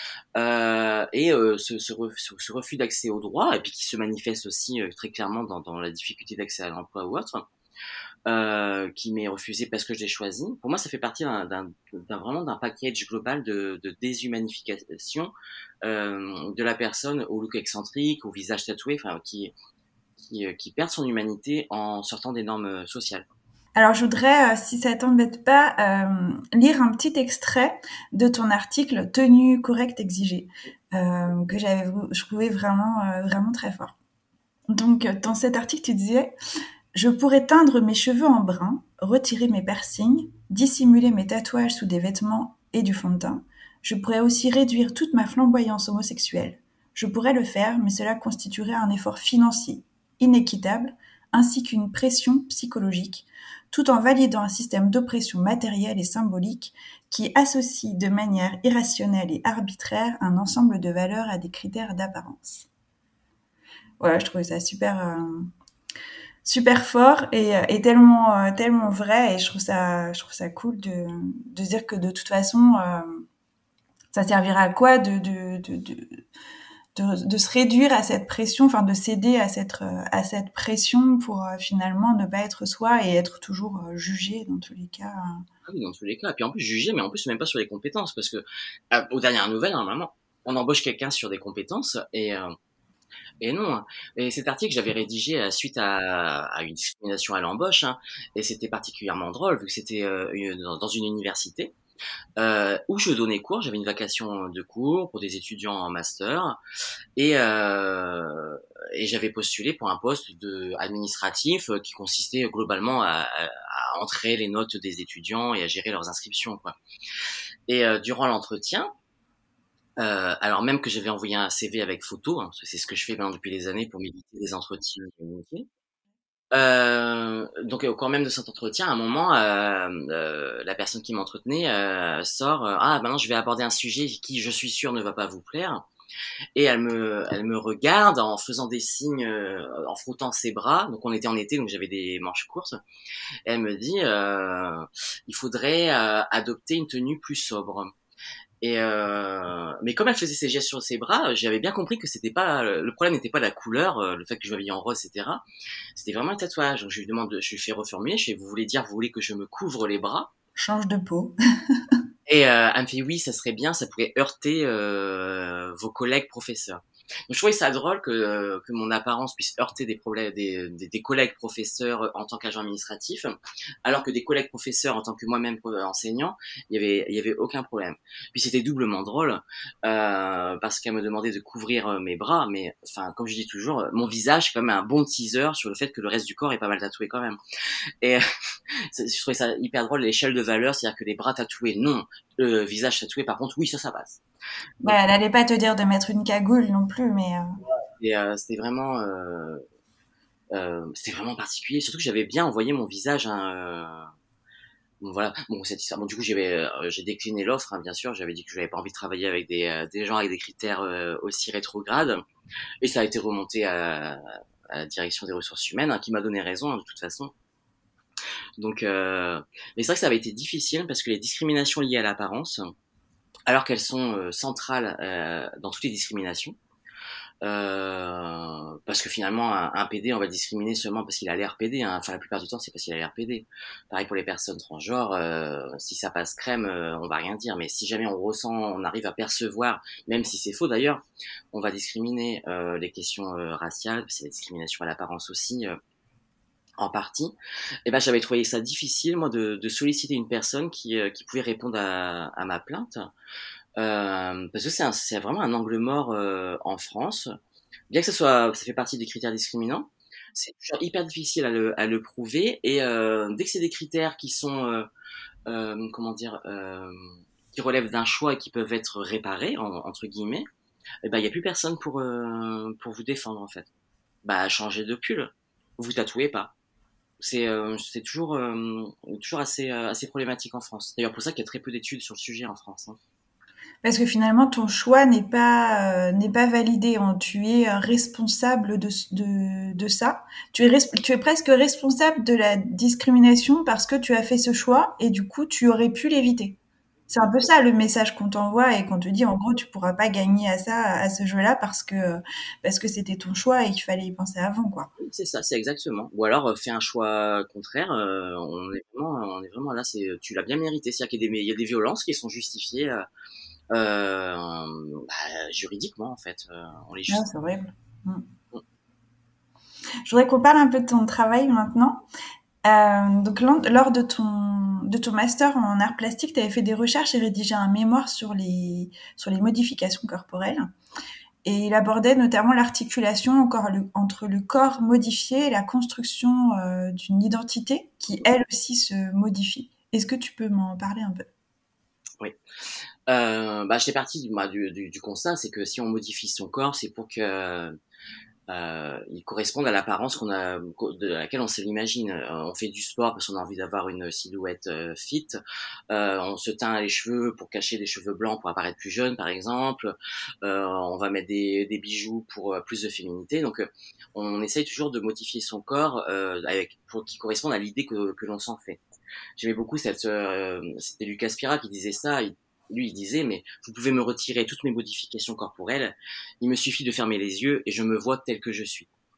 Euh, et euh, ce, ce, refus, ce refus d'accès au droit, et puis qui se manifeste aussi euh, très clairement dans, dans la difficulté d'accès à l'emploi ou autre, euh, qui m'est refusé parce que je l'ai choisi. Pour moi, ça fait partie d'un, d'un, d'un vraiment d'un package global de, de déshumanification euh, de la personne au look excentrique, au visage tatoué, enfin qui Qui, qui perd son humanité en sortant des normes sociales. Alors, je voudrais, euh, si ça t'embête pas, euh, lire un petit extrait de ton article Tenue correcte exigée, euh, que j'avais, je trouvais vraiment, euh, vraiment très fort. Donc, dans cet article, tu disais « Je pourrais teindre mes cheveux en brun, retirer mes piercings, dissimuler mes tatouages sous des vêtements et du fond de teint. Je pourrais aussi réduire toute ma flamboyance homosexuelle. Je pourrais le faire, mais cela constituerait un effort financier, inéquitable, ainsi qu'une pression psychologique, tout en validant un système d'oppression matérielle et symbolique qui associe de manière irrationnelle et arbitraire un ensemble de valeurs à des critères d'apparence. » Voilà, je trouvais ça super, euh, super fort et, et tellement, euh, tellement vrai. Et je trouve ça, je trouve ça cool de, de dire que de toute façon, euh, ça servira à quoi de, de, de, de De, de se réduire à cette pression, enfin de céder à cette à cette pression pour euh, finalement ne pas être soi et être toujours euh, jugé dans tous les cas. Ah oui, dans tous les cas. Et puis en plus jugé, mais en plus même pas sur les compétences, parce que euh, aux dernières nouvelles, normalement, on embauche quelqu'un sur des compétences et euh, Et non, hein. Et cet article, j'avais rédigé euh, suite à, à une discrimination à l'embauche, hein, et c'était particulièrement drôle vu que c'était euh, une- dans, dans une université euh, où je donnais cours. J'avais une vacation de cours pour des étudiants en master, et, euh, et j'avais postulé pour un poste de administratif euh, qui consistait globalement à, à, à entrer les notes des étudiants et à gérer leurs inscriptions, quoi. Et euh, durant l'entretien, euh, alors même que j'avais envoyé un C V avec photo, hein, parce que c'est ce que je fais maintenant depuis des années pour m'éviter des entretiens inutiles. Euh, donc euh, quand même de cet entretien, à un moment, euh, euh, la personne qui m'entretenait euh, sort euh, ah maintenant je vais aborder un sujet qui je suis sûr ne va pas vous plaire, et elle me elle me regarde en faisant des signes, euh, en frottant ses bras. Donc on était en été, donc j'avais des manches courtes. Et elle me dit euh, il faudrait euh, adopter une tenue plus sobre. Et euh, mais comme elle faisait ses gestes sur ses bras, j'avais bien compris que c'était pas le problème n'était pas la couleur, euh, le fait que je m'habillais en rose, et cetera. C'était vraiment un tatouage. Donc je lui demande, je lui fais reformuler, je fais, vous voulez dire, vous voulez que je me couvre les bras? Change de peau. Et euh, elle me fait oui, ça serait bien, ça pourrait heurter euh, vos collègues professeurs. Donc je trouvais ça drôle que euh, que mon apparence puisse heurter des problèmes des, des, des collègues professeurs en tant qu'agent administratif, alors que des collègues professeurs en tant que moi-même enseignant, il y avait il y avait aucun problème. Puis c'était doublement drôle euh, parce qu'elle me demandait de couvrir euh, mes bras, mais enfin comme je dis toujours, euh, mon visage c'est quand même un bon teaser sur le fait que le reste du corps est pas mal tatoué quand même. Et je trouvais ça hyper drôle, l'échelle de valeur, c'est-à-dire que les bras tatoués non, le visage tatoué par contre oui, ça ça passe. Ouais, elle allait pas te dire de mettre une cagoule non plus, mais euh, Et euh, c'était vraiment, euh, euh, c'était vraiment particulier. Surtout que j'avais bien envoyé mon visage. Hein, euh, bon, voilà. Bon, cette histoire. Bon, du coup, j'avais, euh, j'ai décliné l'offre, hein, bien sûr. J'avais dit que j'avais pas envie de travailler avec des, euh, des gens avec des critères euh, aussi rétrogrades. Et ça a été remonté à, à la direction des ressources humaines, hein, qui m'a donné raison, hein, de toute façon. Donc, euh, mais c'est vrai que ça avait été difficile parce que les discriminations liées à l'apparence, alors qu'elles sont euh, centrales euh, dans toutes les discriminations. Euh, parce que finalement, un, un P D, on va le discriminer seulement parce qu'il a l'air P D. Hein. Enfin, la plupart du temps, c'est parce qu'il a l'air P D. Pareil pour les personnes transgenres. Euh, si ça passe crème, euh, on va rien dire. Mais si jamais on ressent, on arrive à percevoir, même si c'est faux d'ailleurs, on va discriminer euh, les questions euh, raciales. C'est la discrimination à l'apparence aussi. Euh, en partie, et ben j'avais trouvé ça difficile moi de, de solliciter une personne qui, euh, qui pouvait répondre à, à ma plainte, euh, parce que c'est, un, c'est vraiment un angle mort euh, en France, bien que ça soit, ça fait partie des critères discriminants, c'est toujours hyper difficile à le, à le prouver, et euh, dès que c'est des critères qui sont, euh, euh, comment dire, euh, qui relèvent d'un choix et qui peuvent être réparés en, entre guillemets, et ben il y a plus personne pour euh, pour vous défendre en fait. Bah changez de pull, vous tatouez pas. C'est euh, c'est toujours euh, toujours assez euh, assez problématique en France. D'ailleurs pour ça qu'il y a très peu d'études sur le sujet en France. Hein. parce que finalement ton choix n'est pas euh, n'est pas validé. Hein. Tu es euh, responsable de, de de ça. Tu es res- tu es presque responsable de la discrimination parce que tu as fait ce choix et du coup tu aurais pu l'éviter. C'est un peu ça le message qu'on t'envoie et qu'on te dit en gros tu pourras pas gagner à ça à ce jeu-là parce que parce que c'était ton choix et qu'il fallait y penser avant quoi. C'est ça, c'est exactement. Ou alors euh, fais un choix contraire. Euh, on est vraiment on est vraiment là. C'est tu l'as bien mérité. C'est-à-dire qu'il y a des il y a des violences qui sont justifiées euh, euh, bah, juridiquement en fait. Euh, on les Ah, justifie. c'est horrible. Mm. Je voudrais qu'on parle un peu de ton travail maintenant. Euh, donc lors de ton de ton master en art plastique, tu avais fait des recherches et rédigé un mémoire sur les sur les modifications corporelles. Et il abordait notamment l'articulation encore le, entre le corps modifié et la construction euh, d'une identité qui elle aussi se modifie. Est-ce que tu peux m'en parler un peu? Oui. Euh, bah, j'étais parti du, bah, du, du, du constat, c'est que si on modifie son corps, c'est pour que Euh, ils correspondent à l'apparence qu'on a, de laquelle on se l'imagine. Euh, on fait du sport parce qu'on a envie d'avoir une silhouette euh, fit. Euh, on se teint les cheveux pour cacher des cheveux blancs pour apparaître plus jeune, par exemple. Euh, on va mettre des, des bijoux pour euh, plus de féminité. Donc, euh, on essaye toujours de modifier son corps euh, avec pour qu'il corresponde à l'idée que, que l'on s'en fait. J'aimais beaucoup cette, euh, c'était Lucas Pira qui disait ça. Il, lui, il disait, mais vous pouvez me retirer toutes mes modifications corporelles. Il me suffit de fermer les yeux et je me vois tel que je suis.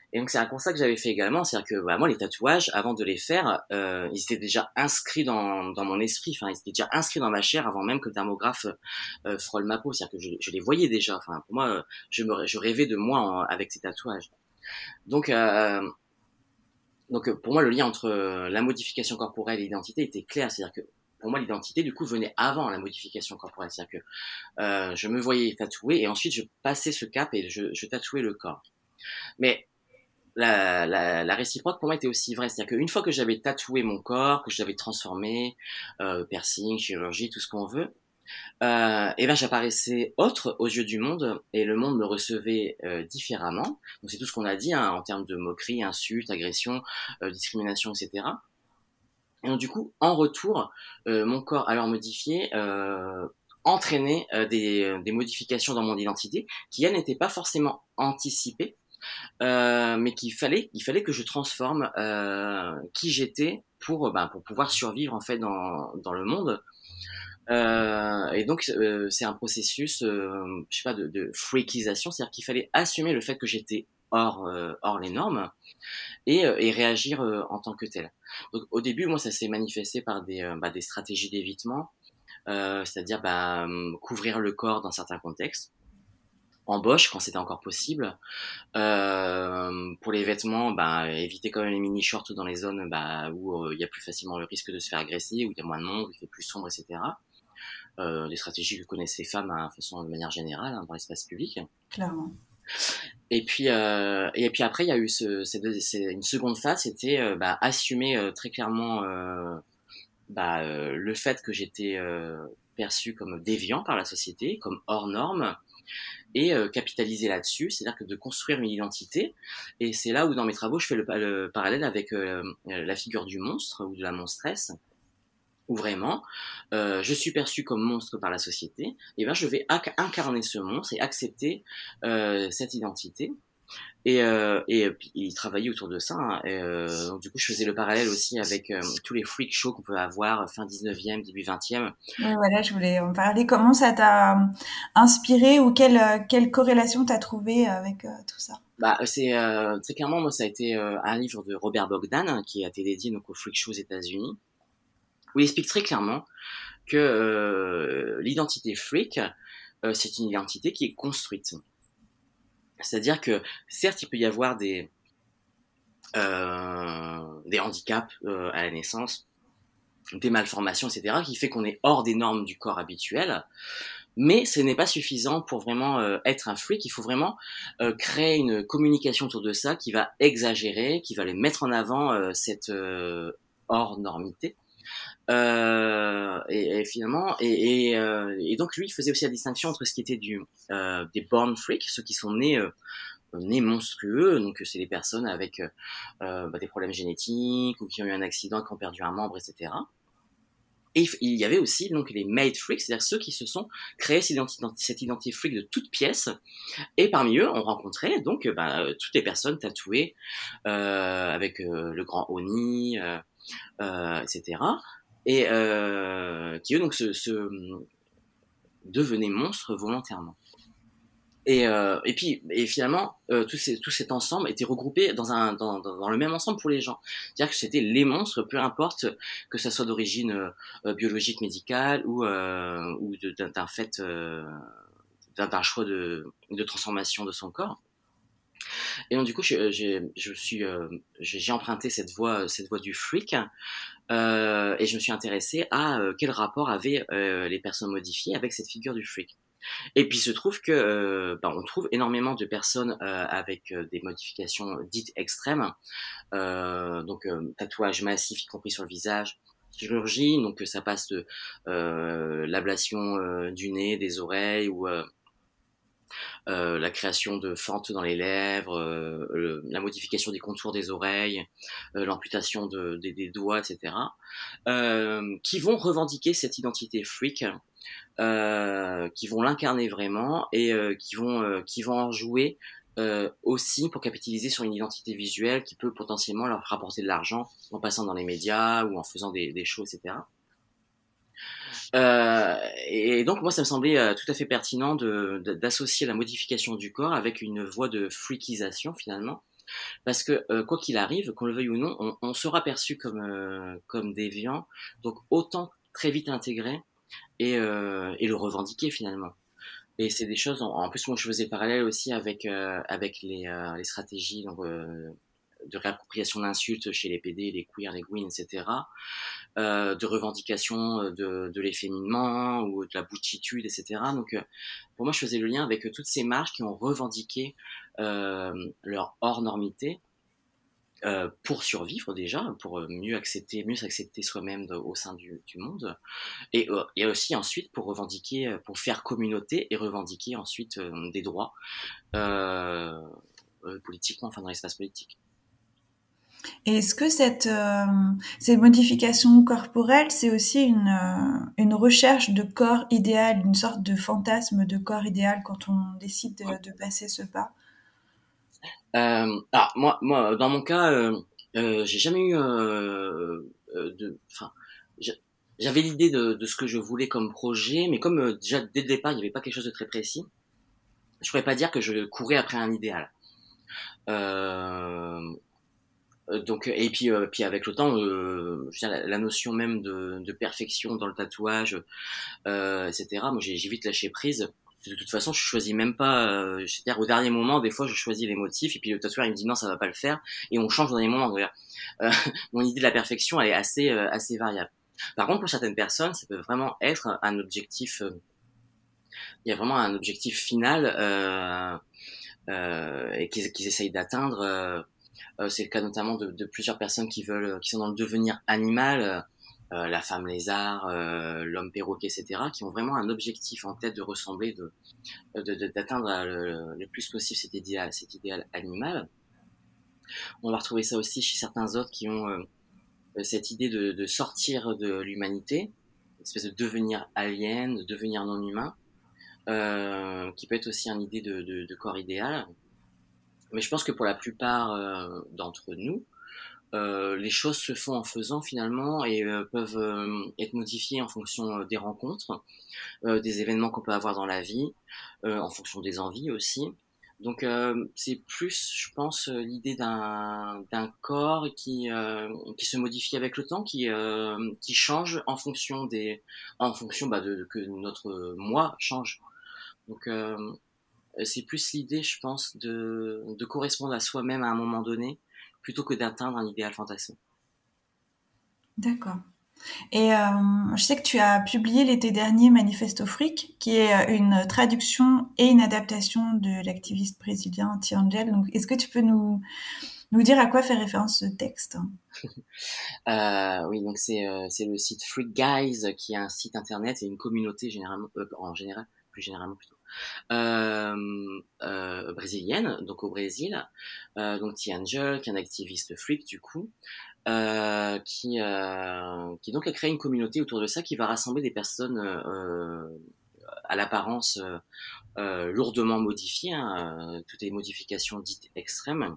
Et donc c'est un constat que j'avais fait également, c'est-à-dire que bah, moi les tatouages, avant de les faire, euh, ils étaient déjà inscrits dans, dans mon esprit, enfin ils étaient déjà inscrits dans ma chair avant même que le dermographe euh, frôle ma peau, c'est-à-dire que je, je les voyais déjà. Enfin pour moi, je me je rêvais de moi en, avec ces tatouages. Donc euh, donc pour moi le lien entre la modification corporelle et l'identité était clair, c'est-à-dire que pour moi l'identité du coup venait avant la modification corporelle, c'est-à-dire que euh, je me voyais tatouer et ensuite je passais ce cap et je, je tatouais le corps. Mais La, la, la réciproque pour moi était aussi vraie, c'est-à-dire qu'une fois que j'avais tatoué mon corps, que je l'avais transformé, euh, piercing, chirurgie, tout ce qu'on veut, euh, et ben j'apparaissais autre aux yeux du monde et le monde me recevait euh, différemment. Donc c'est tout ce qu'on a dit hein, en termes de moquerie, insultes, agressions, euh, discrimination, et cetera. Et donc du coup, en retour, euh, mon corps alors modifié euh, entraînait euh, des, des modifications dans mon identité qui elles n'étaient pas forcément anticipées. Euh, mais qu'il fallait, il fallait que je transforme euh, qui j'étais pour, ben, pour pouvoir survivre en fait dans, dans le monde. Euh, et donc euh, c'est un processus, euh, je sais pas, de, de freakisation, c'est-à-dire qu'il fallait assumer le fait que j'étais hors, euh, hors les normes et, euh, et réagir euh, en tant que tel. Donc au début, moi, ça s'est manifesté par des, euh, bah, des stratégies d'évitement, euh, c'est-à-dire bah, couvrir le corps dans certains contextes. Embauche quand c'était encore possible. Euh, pour les vêtements, bah, éviter quand même les mini-shorts dans les zones bah, où il euh, y a plus facilement le risque de se faire agresser, où il y a moins de monde, où il fait plus sombre, et cetera. Euh, des stratégies que connaissent les femmes hein, de façon de manière générale hein, dans l'espace public. Clairement. Et puis, euh, et puis après, il y a eu ce, c'est, deux, c'est une seconde phase, c'était euh, bah, assumer euh, très clairement euh, bah, euh, le fait que j'étais euh, perçu comme déviant par la société, comme hors norme, et euh, capitaliser là-dessus, c'est-à-dire que de construire une identité. Et c'est là où dans mes travaux, je fais le, le parallèle avec euh, la figure du monstre ou de la monstresse, où vraiment, euh, je suis perçu comme monstre par la société, et ben je vais ac- incarner ce monstre et accepter euh, cette identité. Et, euh, et puis il travaillait autour de ça. Hein, et, euh, donc, du coup, je faisais le parallèle aussi avec euh, tous les freak shows qu'on peut avoir fin dix-neuvième, début vingtième. Ouais, voilà, je voulais en parler. Comment ça t'a inspiré ou quelle, quelle corrélation t'as trouvé avec euh, tout ça? Bah, c'est euh, très clairement, moi, ça a été euh, un livre de Robert Bogdan qui a été dédié donc aux freak shows aux États-Unis, où il explique très clairement que euh, l'identité freak, euh, c'est une identité qui est construite. C'est-à-dire que certes, il peut y avoir des euh, des handicaps euh, à la naissance, des malformations, et cetera, qui fait qu'on est hors des normes du corps habituel. Mais ce n'est pas suffisant pour vraiment euh, être un freak. Il faut vraiment euh, créer une communication autour de ça qui va exagérer, qui va les mettre en avant euh, cette euh, hors normité. Euh, et, et finalement, et, et, euh, et donc lui, il faisait aussi la distinction entre ce qui était du euh, des born freaks, ceux qui sont nés euh, nés monstrueux, donc c'est des personnes avec euh, bah, des problèmes génétiques ou qui ont eu un accident, qui ont perdu un membre, et cetera. Et il y avait aussi donc les made freaks, c'est-à-dire ceux qui se sont créés cette identité, cette identité freak de toutes pièces. Et parmi eux, on rencontrait donc bah, toutes les personnes tatouées euh, avec euh, le grand Oni, euh, euh, et cetera. Et euh, qui eux donc se, se devenaient monstres volontairement. Et, euh, et puis, et finalement, euh, tout, ces, tout cet ensemble était regroupé dans, un, dans, dans, dans le même ensemble pour les gens. C'est-à-dire que c'était les monstres, peu importe que ça soit d'origine euh, biologique, médicale ou, euh, ou de, d'un, d'un fait, euh, d'un, d'un choix de, de transformation de son corps. Et donc du coup, je, j'ai, je suis, euh, j'ai emprunté cette voie, cette voie du freak, euh, et je me suis intéressé à euh, quel rapport avaient euh, les personnes modifiées avec cette figure du freak. Et puis il se trouve que euh, ben, on trouve énormément de personnes euh, avec euh, des modifications dites extrêmes, euh, donc euh, tatouages massifs y compris sur le visage, chirurgie, donc ça passe de euh, l'ablation euh, du nez, des oreilles ou euh, euh, la création de fentes dans les lèvres, euh, le, la modification des contours des oreilles, euh, l'amputation de, des, des doigts, et cetera, euh, qui vont revendiquer cette identité freak. Euh, qui vont l'incarner vraiment et euh, qui vont euh, qui vont en jouer euh, aussi pour capitaliser sur une identité visuelle qui peut potentiellement leur rapporter de l'argent en passant dans les médias ou en faisant des, des shows, et cetera. Euh, et donc moi ça me semblait euh, tout à fait pertinent de, de, d'associer la modification du corps avec une voie de freakisation finalement, Parce que euh, quoi qu'il arrive, qu'on le veuille ou non, on, on sera perçu comme euh, comme déviant, donc autant très vite l'intégrer et euh, et le revendiquer finalement. Et c'est des choses. En, en plus, moi, je faisais le parallèle aussi avec euh, avec les euh, les stratégies donc, euh, de réappropriation d'insultes chez les P D, les queers, les gwyn, et cetera. Euh, de revendication de de l'efféminement ou de la butchitude, et cetera. Donc, euh, pour moi, je faisais le lien avec euh, toutes ces marches qui ont revendiqué euh, leur hors-normité. Euh, pour survivre déjà, pour mieux accepter, mieux s'accepter soi-même de, au sein du, du monde, et, euh, et aussi ensuite pour revendiquer, pour faire communauté et revendiquer ensuite euh, des droits euh, euh, politiquement, enfin dans l'espace politique. Et est-ce que cette, euh, ces modifications corporelles, c'est aussi une, euh, une recherche de corps idéal, une sorte de fantasme de corps idéal quand on décide de, de passer ce pas? Euh, alors moi, moi, dans mon cas, euh, euh, j'ai jamais eu euh, euh, de, enfin, j'avais l'idée de, de ce que je voulais comme projet, mais comme euh, déjà dès le départ, il n'y avait pas quelque chose de très précis, je pourrais pas dire que je courais après un idéal. Euh, donc et puis euh, puis avec le temps, euh, je veux dire, la, la notion même de, de perfection dans le tatouage, euh, et cetera. Moi, j'ai, j'ai vite lâché prise. De toute façon, je choisis même pas. Euh, c'est-à-dire au dernier moment, des fois, je choisis les motifs et puis le tatoueur il me dit non, ça va pas le faire et on change au dernier moment. Euh, mon idée de la perfection, elle est assez euh, assez variable. Par contre, pour certaines personnes, ça peut vraiment être un objectif. Euh, il y a vraiment un objectif final euh, euh, et qu'ils, qu'ils essayent d'atteindre. Euh, euh, c'est le cas notamment de, de plusieurs personnes qui veulent, qui sont dans le devenir animal. Euh, la femme lézard, euh, l'homme perroquet, et cetera, qui ont vraiment un objectif en tête de ressembler, de, de, de d'atteindre le, le plus possible cet idéal, cet idéal animal. On va retrouver ça aussi chez certains autres qui ont euh, cette idée de, de sortir de l'humanité, une espèce de devenir alien, de devenir non humain, euh, qui peut être aussi une idée de, de, de corps idéal. Mais je pense que pour la plupart euh, d'entre nous, Euh, les choses se font en faisant finalement et euh, peuvent euh, être modifiées en fonction euh, des rencontres, euh, des événements qu'on peut avoir dans la vie, euh, en fonction des envies aussi. Donc euh, c'est plus, je pense, euh, l'idée d'un d'un corps qui euh, qui se modifie avec le temps, qui euh, qui change en fonction des en fonction bah, de, de que notre moi change. Donc euh, c'est plus l'idée, je pense, de de correspondre à soi-même à un moment donné plutôt que d'atteindre un idéal fantasmé. D'accord. Et euh, je sais que tu as publié l'été dernier Manifesto Freak, qui est une traduction et une adaptation de l'activiste brésilien Tiangel. Donc, est-ce que tu peux nous, nous dire à quoi fait référence ce texte? Euh, oui, donc c'est euh, c'est le site Freak Guys qui est un site internet et une communauté généralement euh, en général plus généralement plutôt euh, euh, brésilienne, donc au Brésil, euh, donc Tiangel qui est un activiste freak du coup, euh, qui euh, qui donc a créé une communauté autour de ça qui va rassembler des personnes euh, à l'apparence euh, euh, lourdement modifiées, hein, euh, toutes les modifications dites extrêmes,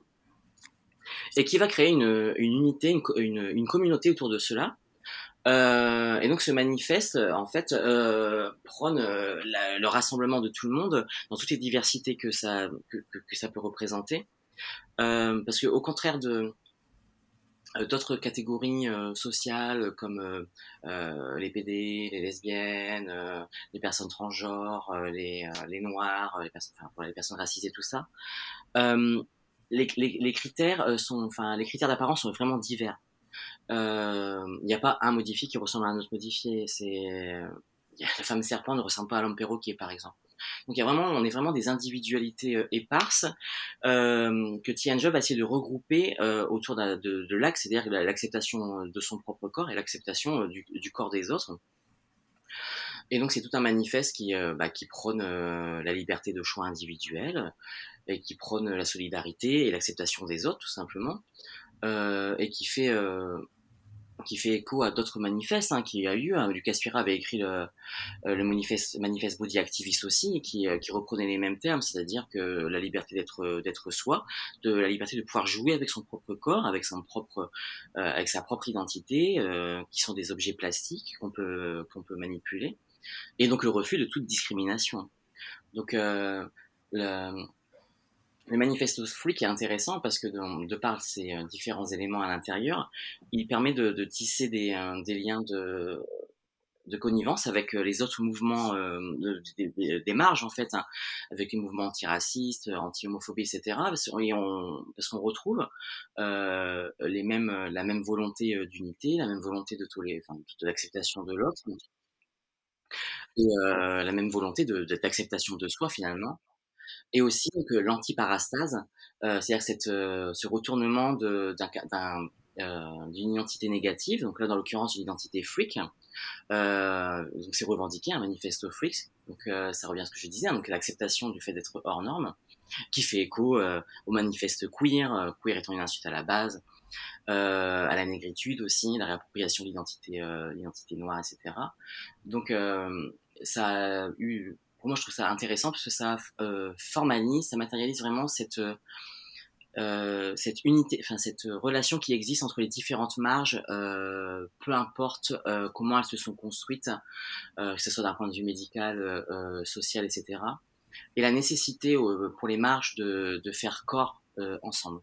et qui va créer une, une unité, une, une, une communauté autour de cela. Euh, et donc ce manifeste, en fait, euh, prône euh, la, le rassemblement de tout le monde dans toutes les diversités que ça que, que, que ça peut représenter, euh, parce que au contraire de d'autres catégories euh, sociales comme euh, euh, les P D, les lesbiennes, euh, les personnes transgenres, euh, les euh, les noirs, les personnes, enfin pour les personnes racisées, tout ça. Euh, les, les, les critères sont, enfin les critères d'apparence sont vraiment divers. Il euh, n'y a pas un modifié qui ressemble à un autre modifié. C'est la femme serpent ne ressemble pas à l'homme perroquet, par exemple. Donc il y a vraiment, on est vraiment des individualités euh, éparses euh, que Tiangel va essayer de regrouper euh, autour de, de, de l'axe, c'est-à-dire l'acceptation de son propre corps et l'acceptation du, du corps des autres. Et donc c'est tout un manifeste qui, euh, bah, qui prône euh, la liberté de choix individuel et qui prône la solidarité et l'acceptation des autres, tout simplement, euh, et qui fait euh, qui fait écho à d'autres manifestes hein, qu'il y a eu. Hein. Lucas Spira avait écrit le, le manifeste, manifeste Body Activist aussi, qui, qui reprenait les mêmes termes, c'est-à-dire que la liberté d'être, d'être soi, de la liberté de pouvoir jouer avec son propre corps, avec son propre, euh, avec sa propre identité, euh, qui sont des objets plastiques qu'on peut, qu'on peut manipuler, et donc le refus de toute discrimination. Donc, euh, le, le Manifesto Freak est intéressant parce que de, de par ces euh, différents éléments à l'intérieur, il permet de, de tisser des, euh, des liens de, de connivence avec euh, les autres mouvements euh, de, de, de, des marges en fait, hein, avec les mouvements antiracistes, anti-homophobie, et cetera. Parce, et on, parce qu'on retrouve euh, les mêmes, la même volonté euh, d'unité, la même volonté de, tous les, enfin, de l'acceptation de l'autre, et euh, la même volonté de, de, d'acceptation de soi finalement. Et aussi donc euh, l'antiparastase, euh, c'est-à-dire cette, euh, ce retournement de, d'un, d'un, euh, d'une identité négative, donc là dans l'occurrence une identité freak, euh, donc c'est revendiqué un manifesto freaks, donc euh, ça revient à ce que je disais, hein, donc l'acceptation du fait d'être hors norme, qui fait écho euh, au manifeste queer, euh, queer étant une insulte à la base, euh, à la négritude aussi, la réappropriation de l'identité, euh, l'identité noire, et cetera. Donc euh, ça a eu, pour moi je trouve ça intéressant parce que ça euh, formalise, ça matérialise vraiment cette euh, cette unité, enfin cette relation qui existe entre les différentes marges, euh, peu importe euh, comment elles se sont construites, euh, que ce soit d'un point de vue médical, euh, social, et cetera. Et la nécessité euh, pour les marges de, de faire corps euh, ensemble.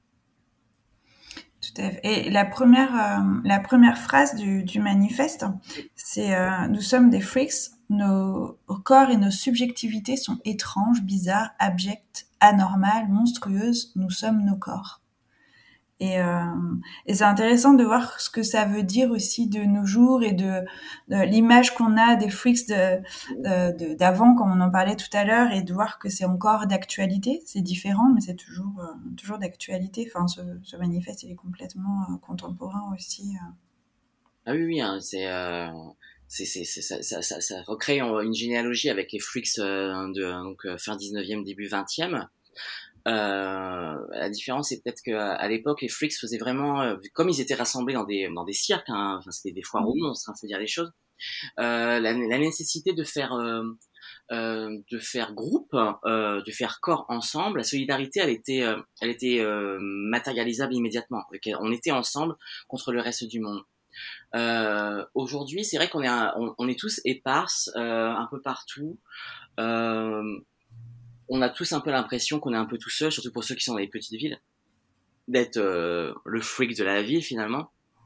Tout à fait. Et la première, euh, la première phrase du, du manifeste, c'est euh, « Nous sommes des freaks, nos corps et nos subjectivités sont étranges, bizarres, abjectes, anormales, monstrueuses, nous sommes nos corps ». Et, euh, et c'est intéressant de voir ce que ça veut dire aussi de nos jours et de, de l'image qu'on a des freaks de, de, de, d'avant, comme on en parlait tout à l'heure, et de voir que c'est encore d'actualité. C'est différent, mais c'est toujours, euh, toujours d'actualité. Enfin, ce, ce manifeste, il est complètement euh, contemporain aussi. Euh. Ah oui, oui, hein, c'est, euh, c'est, c'est, c'est, ça, ça, ça, ça recrée une généalogie avec les freaks euh, de donc, fin dix-neuvième, début vingtième. Euh, la différence c'est peut-être qu'à à l'époque les freaks faisaient vraiment euh, comme ils étaient rassemblés dans des dans des cirques, hein, enfin c'était des foires aux monstres, hein, faut dire les choses. Euh, la, la nécessité de faire euh, euh, de faire groupe, euh, de faire corps ensemble, la solidarité elle était euh, elle était euh, matérialisable immédiatement. On était ensemble contre le reste du monde. Euh, aujourd'hui c'est vrai qu'on est un, on, on est tous éparses euh, un peu partout. Euh, on a tous un peu l'impression qu'on est un peu tout seul, surtout pour ceux qui sont dans les petites villes, d'être euh, le freak de la ville finalement.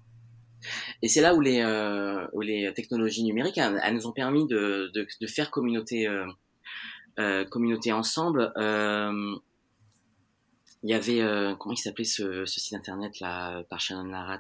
Et c'est là où les, euh, où les technologies numériques, elles, elles nous ont permis de, de, de faire communauté, euh, euh, communauté ensemble. Euh, il y avait, euh, comment il s'appelait ce, ce site internet là, par Shannon Larat,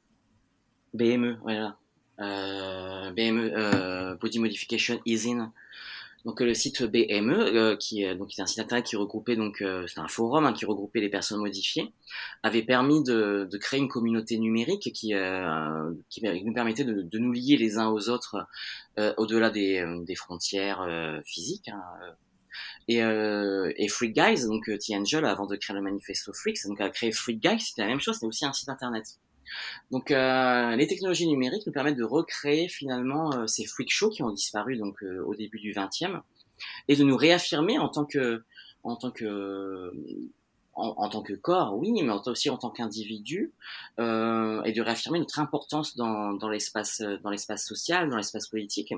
B M E, voilà. Euh, B M E, euh, Body Modification Is In. Donc le site B M E, euh, qui est donc c'est un site internet qui regroupait donc euh, c'est un forum hein, qui regroupait les personnes modifiées, avait permis de, de créer une communauté numérique qui euh, qui nous permettait de, de nous lier les uns aux autres euh, au-delà des, des frontières euh, physiques. Hein. Et, euh, et Freak Guys, donc euh, T-Angel, avant de créer le Manifesto Freaks, donc a créé Freak Guys, c'était la même chose, c'était aussi un site internet. Donc euh, les technologies numériques nous permettent de recréer finalement euh, ces freak shows qui ont disparu donc euh, au début du vingtième et de nous réaffirmer en tant que en tant que en, en tant que corps, oui, mais aussi en tant qu'individu, euh, et de réaffirmer notre importance dans, dans l'espace dans l'espace social, dans l'espace politique.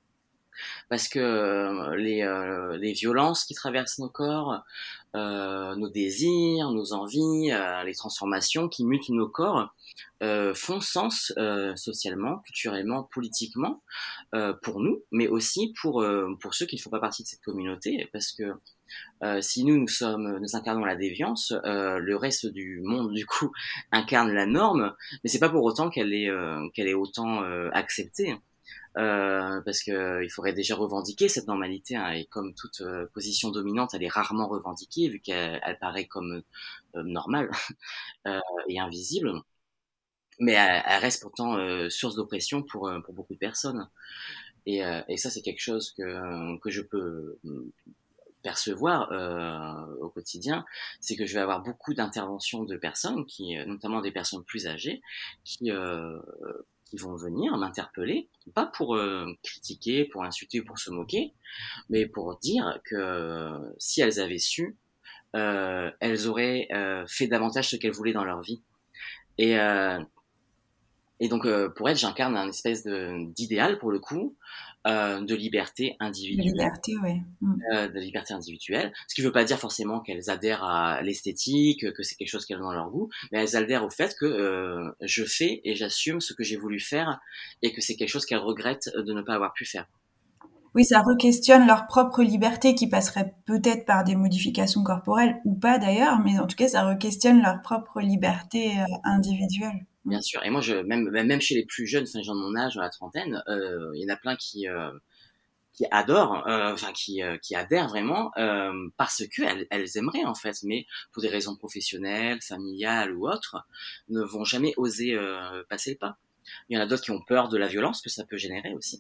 Parce que euh, les, euh, les violences qui traversent nos corps, euh, nos désirs, nos envies, euh, les transformations qui mutent nos corps euh, font sens euh, socialement, culturellement, politiquement euh, pour nous, mais aussi pour euh, pour ceux qui ne font pas partie de cette communauté, parce que euh, si nous nous sommes nous incarnons la déviance, euh, le reste du monde du coup incarne la norme, mais c'est pas pour autant qu'elle est euh, qu'elle est autant euh, acceptée. Euh, parce que il faudrait déjà revendiquer cette normalité, hein, et comme toute euh, position dominante, elle est rarement revendiquée vu qu'elle elle paraît comme euh, normale euh, et invisible, mais elle, elle reste pourtant euh, source d'oppression pour euh, pour beaucoup de personnes. Et, euh, et ça, c'est quelque chose que que je peux percevoir euh, au quotidien, c'est que je vais avoir beaucoup d'interventions de personnes qui, notamment des personnes plus âgées, qui euh, qui vont venir m'interpeller, pas pour euh, critiquer, pour insulter ou pour se moquer, mais pour dire que euh, si elles avaient su, euh, elles auraient euh, fait davantage ce qu'elles voulaient dans leur vie. Et, euh, et donc euh, pour elles, j'incarne un espèce de, d'idéal pour le coup, euh, de liberté De individuelle. liberté, ouais. Mm. Euh, de liberté individuelle, ce qui ne veut pas dire forcément qu'elles adhèrent à l'esthétique, que c'est quelque chose qu'elles ont dans leur goût, mais elles adhèrent au fait que euh, je fais et j'assume ce que j'ai voulu faire et que c'est quelque chose qu'elles regrettent de ne pas avoir pu faire. Oui, ça re-questionne leur propre liberté qui passerait peut-être par des modifications corporelles ou pas d'ailleurs, mais en tout cas, ça re-questionne leur propre liberté euh, individuelle. Bien sûr, et moi, je, même, même chez les plus jeunes, enfin, les gens de mon âge, dans la trentaine, euh, il y en a plein qui... Euh, qui adorent, euh, enfin qui euh, qui adhèrent vraiment euh, parce que elles, elles aimeraient en fait, mais pour des raisons professionnelles, familiales ou autres, ne vont jamais oser euh, passer le pas. Il y en a d'autres qui ont peur de la violence que ça peut générer aussi,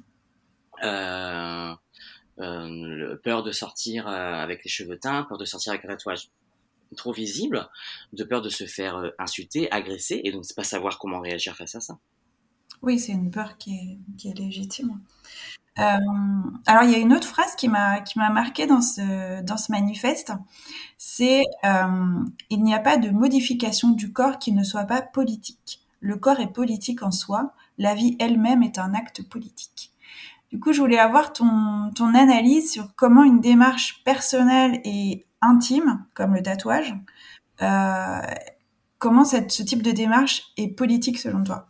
euh, euh, peur de sortir euh, avec les cheveux teints, peur de sortir avec un tatouage trop visible, de peur de se faire euh, insulter, agresser, et donc c'est pas savoir comment réagir face à ça. Oui, c'est une peur qui est, qui est légitime. Euh, alors, il y a une autre phrase qui m'a qui m'a marquée dans ce dans ce manifeste, c'est euh, il n'y a pas de modification du corps qui ne soit pas politique. Le corps est politique en soi. La vie elle-même est un acte politique. Du coup, je voulais avoir ton ton analyse sur comment une démarche personnelle et intime, comme le tatouage, euh, comment cette, ce type de démarche est politique selon toi?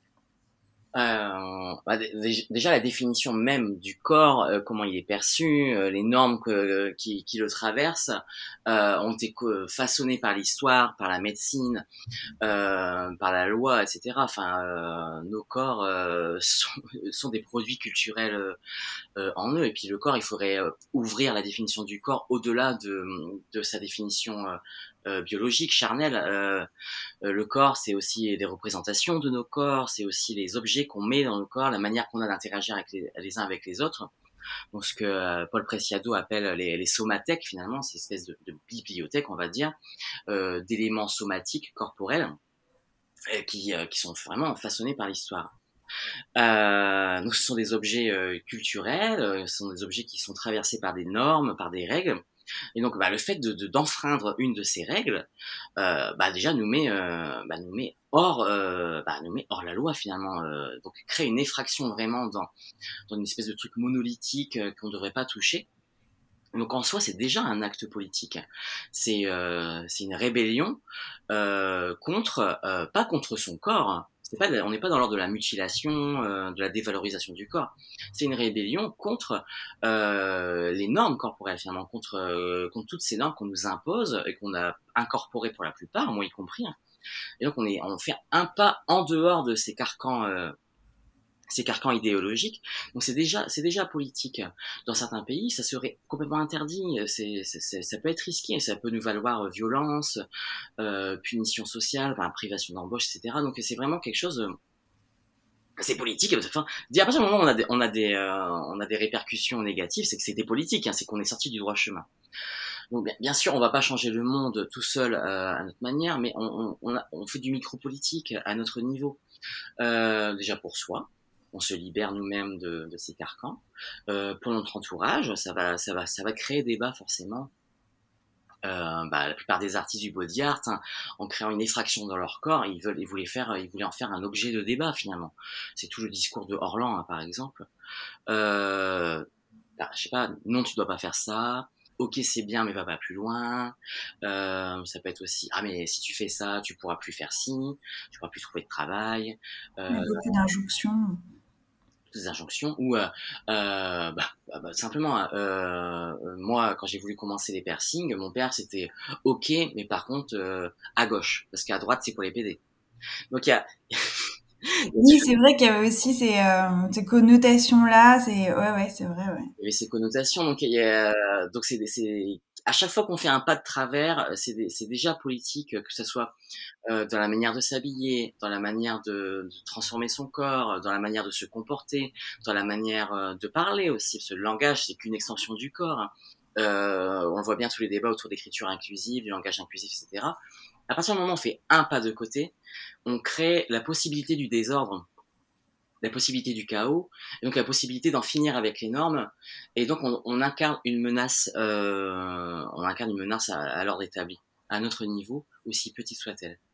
Euh, bah, dé- déjà la définition même du corps, euh, comment il est perçu, euh, les normes que, qui, qui le traversent, euh, ont été co- façonnées par l'histoire, par la médecine, euh, par la loi, et cetera. Enfin, euh, nos corps euh, sont, sont des produits culturels euh, euh, en eux. Et puis le corps, il faudrait euh, ouvrir la définition du corps au-delà de, de sa définition euh, euh, biologique, charnelle. Euh, euh, le corps, c'est aussi des représentations de nos corps, c'est aussi les objets qu'on met dans nos corps, la manière qu'on a d'interagir avec les, les uns avec les autres. Donc ce que euh, Paul Preciado appelle les, les somathèques, finalement, c'est une espèce de, de bibliothèque, on va dire, euh, d'éléments somatiques, corporels, euh, qui, euh, qui sont vraiment façonnés par l'histoire. Euh, donc ce sont des objets euh, culturels, euh, ce sont des objets qui sont traversés par des normes, par des règles. Et donc bah, le fait de, de d'enfreindre une de ces règles, euh, bah déjà nous met, euh, bah, nous met hors, euh, bah, nous met hors la loi finalement. Euh, donc crée une effraction vraiment dans dans une espèce de truc monolithique euh, qu'on ne devrait pas toucher. Donc en soi, c'est déjà un acte politique. C'est euh, c'est une rébellion euh, contre, euh, pas contre son corps. C'est pas, on n'est pas dans l'ordre de la mutilation, euh, de la dévalorisation du corps. C'est une rébellion contre euh, les normes corporelles, finalement, contre euh, contre toutes ces normes qu'on nous impose et qu'on a incorporées pour la plupart, moi y compris. Et donc on est, on fait un pas en dehors de ces carcans. Euh, ces carcans idéologiques. Donc c'est déjà, c'est déjà politique. Dans certains pays, ça serait complètement interdit. C'est, c'est, c'est, ça peut être risqué. Ça peut nous valoir violence, euh, punition sociale, enfin, privation d'embauche, et cetera. Donc c'est vraiment quelque chose. C'est politique. Enfin, à partir du moment où on a des, on a des, euh, on a des répercussions négatives, c'est que c'était politique. Hein, c'est qu'on est sorti du droit chemin. Donc bien, bien sûr, on va pas changer le monde tout seul euh, à notre manière, mais on, on, on, a, on fait du micro-politique à notre niveau. Euh, déjà pour soi. On se libère nous-mêmes de, de ces carcans. Euh, pour notre entourage, ça va, ça va, ça va créer débat forcément. Euh, bah, la plupart des artistes du body art, hein, en créant une effraction dans leur corps, ils veulent, ils voulaient faire, ils voulaient en faire un objet de débat finalement. C'est tout le discours de Orlan, hein, par exemple. Euh, bah, je sais pas, non, tu dois pas faire ça. Ok, c'est bien, mais va pas plus loin. Euh, ça peut être aussi, ah mais si tu fais ça, tu pourras plus faire ci, tu pourras plus trouver de travail. Euh, Il y a beaucoup d'injonctions. Des injonctions ou euh, euh, bah, bah, simplement euh, moi quand j'ai voulu commencer les piercings, mon père c'était ok, mais par contre euh, à gauche parce qu'à droite c'est pour les pédés. Donc il y a Oui, c'est vrai qu'il y avait aussi ces, euh, ces connotations-là. C'est ouais, ouais, c'est vrai, ouais. il y avait ces connotations, donc il y a, donc c'est c'est à chaque fois qu'on fait un pas de travers, c'est c'est déjà politique, que ce soit euh, dans la manière de s'habiller, dans la manière de, de transformer son corps, dans la manière de se comporter, dans la manière euh, de parler aussi, parce que le langage c'est qu'une extension du corps. Euh, on voit bien tous les débats autour d'écriture inclusive, du langage inclusif, et cetera. À partir du moment où on fait un pas de côté, on crée la possibilité du désordre, la possibilité du chaos, et donc la possibilité d'en finir avec les normes, et donc on, on incarne une menace, euh, on incarne une menace à, à l'ordre établi, à notre niveau, aussi petite soit-elle.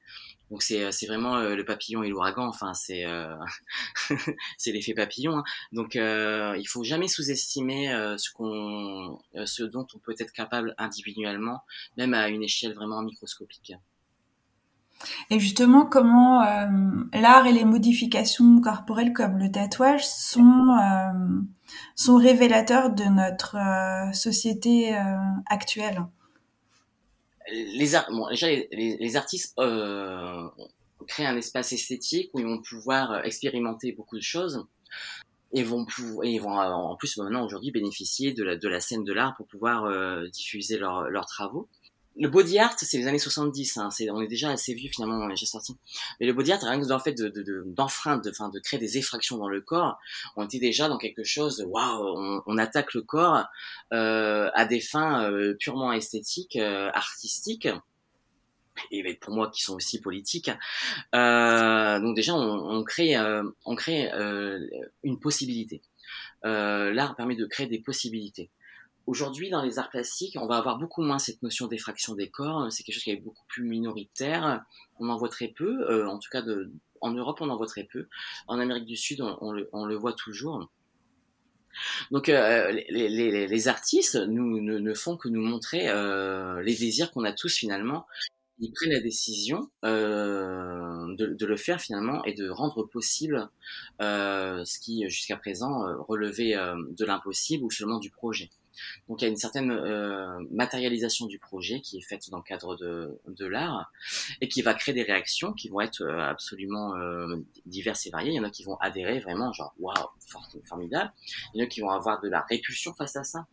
Donc c'est c'est vraiment euh, le papillon et l'ouragan. Enfin c'est euh, c'est l'effet papillon. Hein. Donc euh, il faut jamais sous-estimer euh, ce qu'on euh, ce dont on peut être capable individuellement, même à une échelle vraiment microscopique. Et justement, comment euh, l'art et les modifications corporelles comme le tatouage sont euh, sont révélateurs de notre euh, société euh, actuelle. Les art- bon, déjà les, les, les artistes euh, créent un espace esthétique où ils vont pouvoir expérimenter beaucoup de choses et vont pouvoir, et ils vont en plus maintenant aujourd'hui bénéficier de la de la scène de l'art pour pouvoir euh, diffuser leurs leurs travaux. Le body art, c'est les années soixante-dix, hein, c'est, on est déjà assez vieux finalement, on est déjà sorti. Mais le body art, rien que dans le fait de, de, de, d'enfreindre, de, enfin, de créer des effractions dans le corps, on était déjà dans quelque chose, waouh, on, on attaque le corps euh, à des fins euh, purement esthétiques, euh, artistiques, et pour moi qui sont aussi politiques. Euh, donc déjà, on, on crée, euh, on crée euh, une possibilité. Euh, l'art permet de créer des possibilités. Aujourd'hui, dans les arts plastiques, on va avoir beaucoup moins cette notion d'effraction des corps. C'est quelque chose qui est beaucoup plus minoritaire. On en voit très peu. Euh, en tout cas, de, en Europe, on en voit très peu. En Amérique du Sud, on, on, le, on le voit toujours. Donc, euh, les, les, les artistes nous, ne, ne font que nous montrer euh, les désirs qu'on a tous finalement. Ils prennent la décision euh, de, de le faire finalement et de rendre possible euh, ce qui, jusqu'à présent, euh, relevait euh, de l'impossible ou seulement du projet. Donc il y a une certaine euh, matérialisation du projet qui est faite dans le cadre de, de l'art et qui va créer des réactions qui vont être euh, absolument euh, diverses et variées. Il y en a qui vont adhérer vraiment, genre waouh, formidable. Il y en a qui vont avoir de la répulsion face à ça.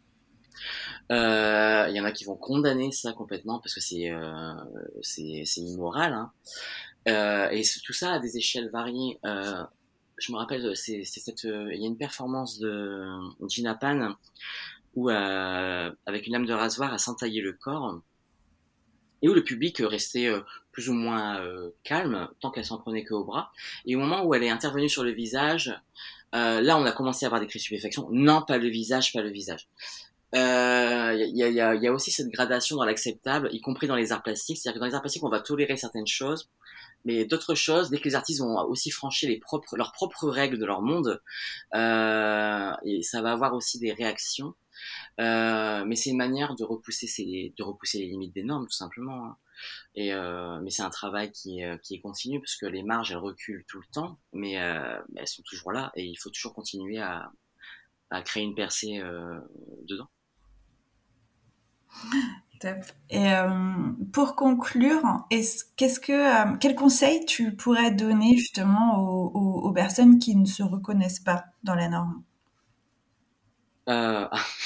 Euh, il y en a qui vont condamner ça complètement parce que c'est euh, c'est, c'est immoral. Hein. Euh, et tout ça à des échelles variées. Euh, je me rappelle, c'est, c'est cette, euh, il y a une performance de Gina Pan où euh, avec une lame de rasoir elle s'entaillait le corps et où le public restait euh, plus ou moins euh, calme tant qu'elle s'en prenait qu'au bras. Et au moment où elle est intervenue sur le visage, euh, là on a commencé à avoir des cris de stupéfaction. Non, pas le visage, pas le visage. Il euh, y, a, y, a, y a aussi cette gradation dans l'acceptable, y compris dans les arts plastiques. C'est-à-dire que dans les arts plastiques, on va tolérer certaines choses, mais d'autres choses, dès que les artistes vont aussi franchir les propres, leurs propres règles de leur monde, euh, et ça va avoir aussi des réactions. Euh, mais c'est une manière de repousser, ces, de repousser les limites des normes, tout simplement. Hein. Et euh, mais c'est un travail qui, euh, qui est continu, parce que les marges, elles reculent tout le temps, mais euh, elles sont toujours là, et il faut toujours continuer à, à créer une percée euh, dedans. Top. Et euh, pour conclure, est-ce, qu'est-ce que, euh, quel conseil tu pourrais donner justement aux, aux, aux personnes qui ne se reconnaissent pas dans la norme? Euh...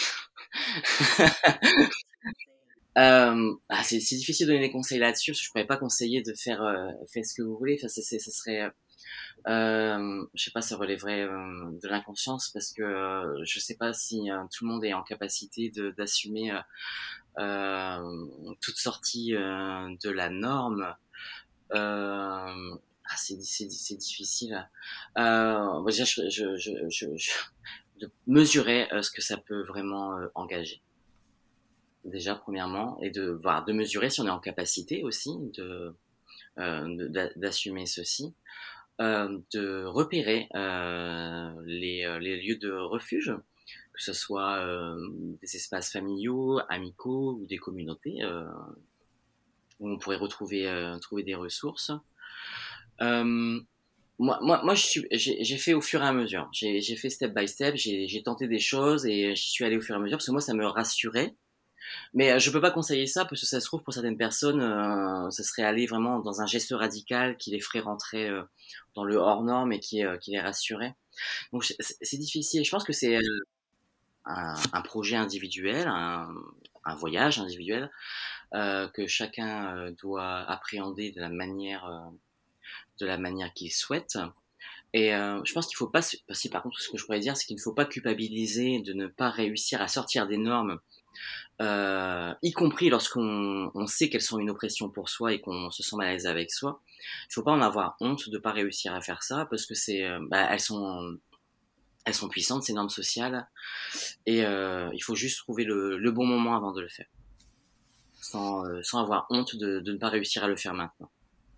euh, ah, c'est, c'est difficile de donner des conseils là-dessus, parce que je pourrais pas conseiller de faire, euh, faites ce que vous voulez. Enfin, c'est, c'est, ça serait, euh, je sais pas, ça relèverait euh, de l'inconscience, parce que euh, je sais pas si euh, tout le monde est en capacité de, d'assumer euh, euh, toute sortie euh, de la norme. Euh, ah, c'est, c'est, c'est difficile. Euh, moi, déjà, je, je, je, je, je de mesurer euh, ce que ça peut vraiment euh, engager. Déjà, premièrement, et de voir, de mesurer si on est en capacité aussi de, euh, de d'assumer ceci, euh, de repérer euh, les, les lieux de refuge, que ce soit euh, des espaces familiaux, amicaux ou des communautés euh, où on pourrait retrouver euh, trouver des ressources. Euh, moi, moi, moi, je suis, j'ai, j'ai fait au fur et à mesure. J'ai, j'ai fait step by step. J'ai, j'ai tenté des choses et j'y suis allé au fur et à mesure parce que moi, ça me rassurait. Mais euh, je peux pas conseiller ça parce que ça se trouve pour certaines personnes, euh, ça serait aller vraiment dans un geste radical qui les ferait rentrer euh, dans le hors norme et qui, euh, qui les rassurait. Donc c'est, c'est difficile. Je pense que c'est euh, un, un projet individuel, un, un voyage individuel euh, que chacun euh, doit appréhender de la manière, euh, de la manière qu'il souhaite. Et euh, je pense qu'il faut pas, si par contre ce que je pourrais dire, c'est qu'il ne faut pas culpabiliser de ne pas réussir à sortir des normes, euh, y compris lorsqu'on on sait qu'elles sont une oppression pour soi et qu'on se sent mal à l'aise avec soi. Il faut pas en avoir honte de pas réussir à faire ça parce que c'est, euh, bah, elles sont, elles sont puissantes ces normes sociales et euh, il faut juste trouver le, le bon moment avant de le faire, sans, euh, sans avoir honte de, de ne pas réussir à le faire maintenant.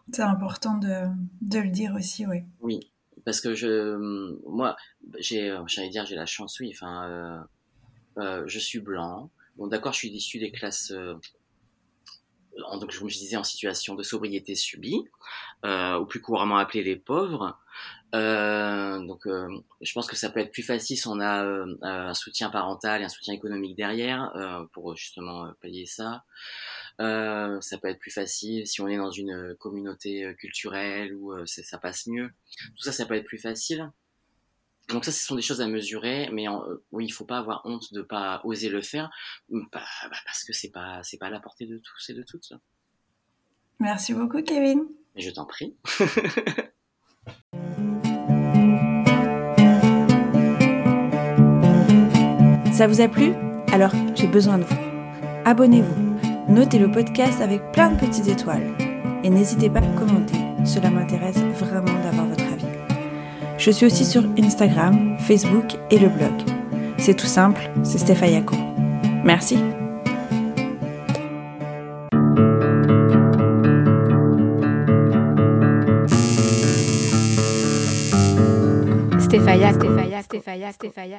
C'est important de, de le dire aussi, oui. Oui, parce que je, moi, j'ai, j'allais dire, j'ai la chance, oui. Enfin, euh, euh, je suis blanc. Bon, d'accord, je suis issu des classes, euh, en, donc je me disais en situation de sobriété subie, euh, ou plus couramment appelés les pauvres. Euh, donc, euh, je pense que ça peut être plus facile si on a euh, un soutien parental et un soutien économique derrière euh, pour justement payer ça. Euh, ça peut être plus facile si on est dans une communauté culturelle où euh, ça passe mieux. Tout ça, ça peut être plus facile. Donc ça, ce sont des choses à mesurer, mais en, euh, oui, il faut pas avoir honte de pas oser le faire, bah, bah, parce que c'est pas, c'est pas à la portée de tous et de toutes. Ça. Merci beaucoup, Kevin. Mais je t'en prie. Ça vous a plu ? Alors, j'ai besoin de vous. Abonnez-vous, notez le podcast avec plein de petites étoiles. Et n'hésitez pas à commenter, cela m'intéresse vraiment d'avoir votre avis. Je suis aussi sur Instagram, Facebook et le blog. C'est tout simple, c'est Stefayako. Merci. Stefayako, Stefayako, Stefayako, Stefayako.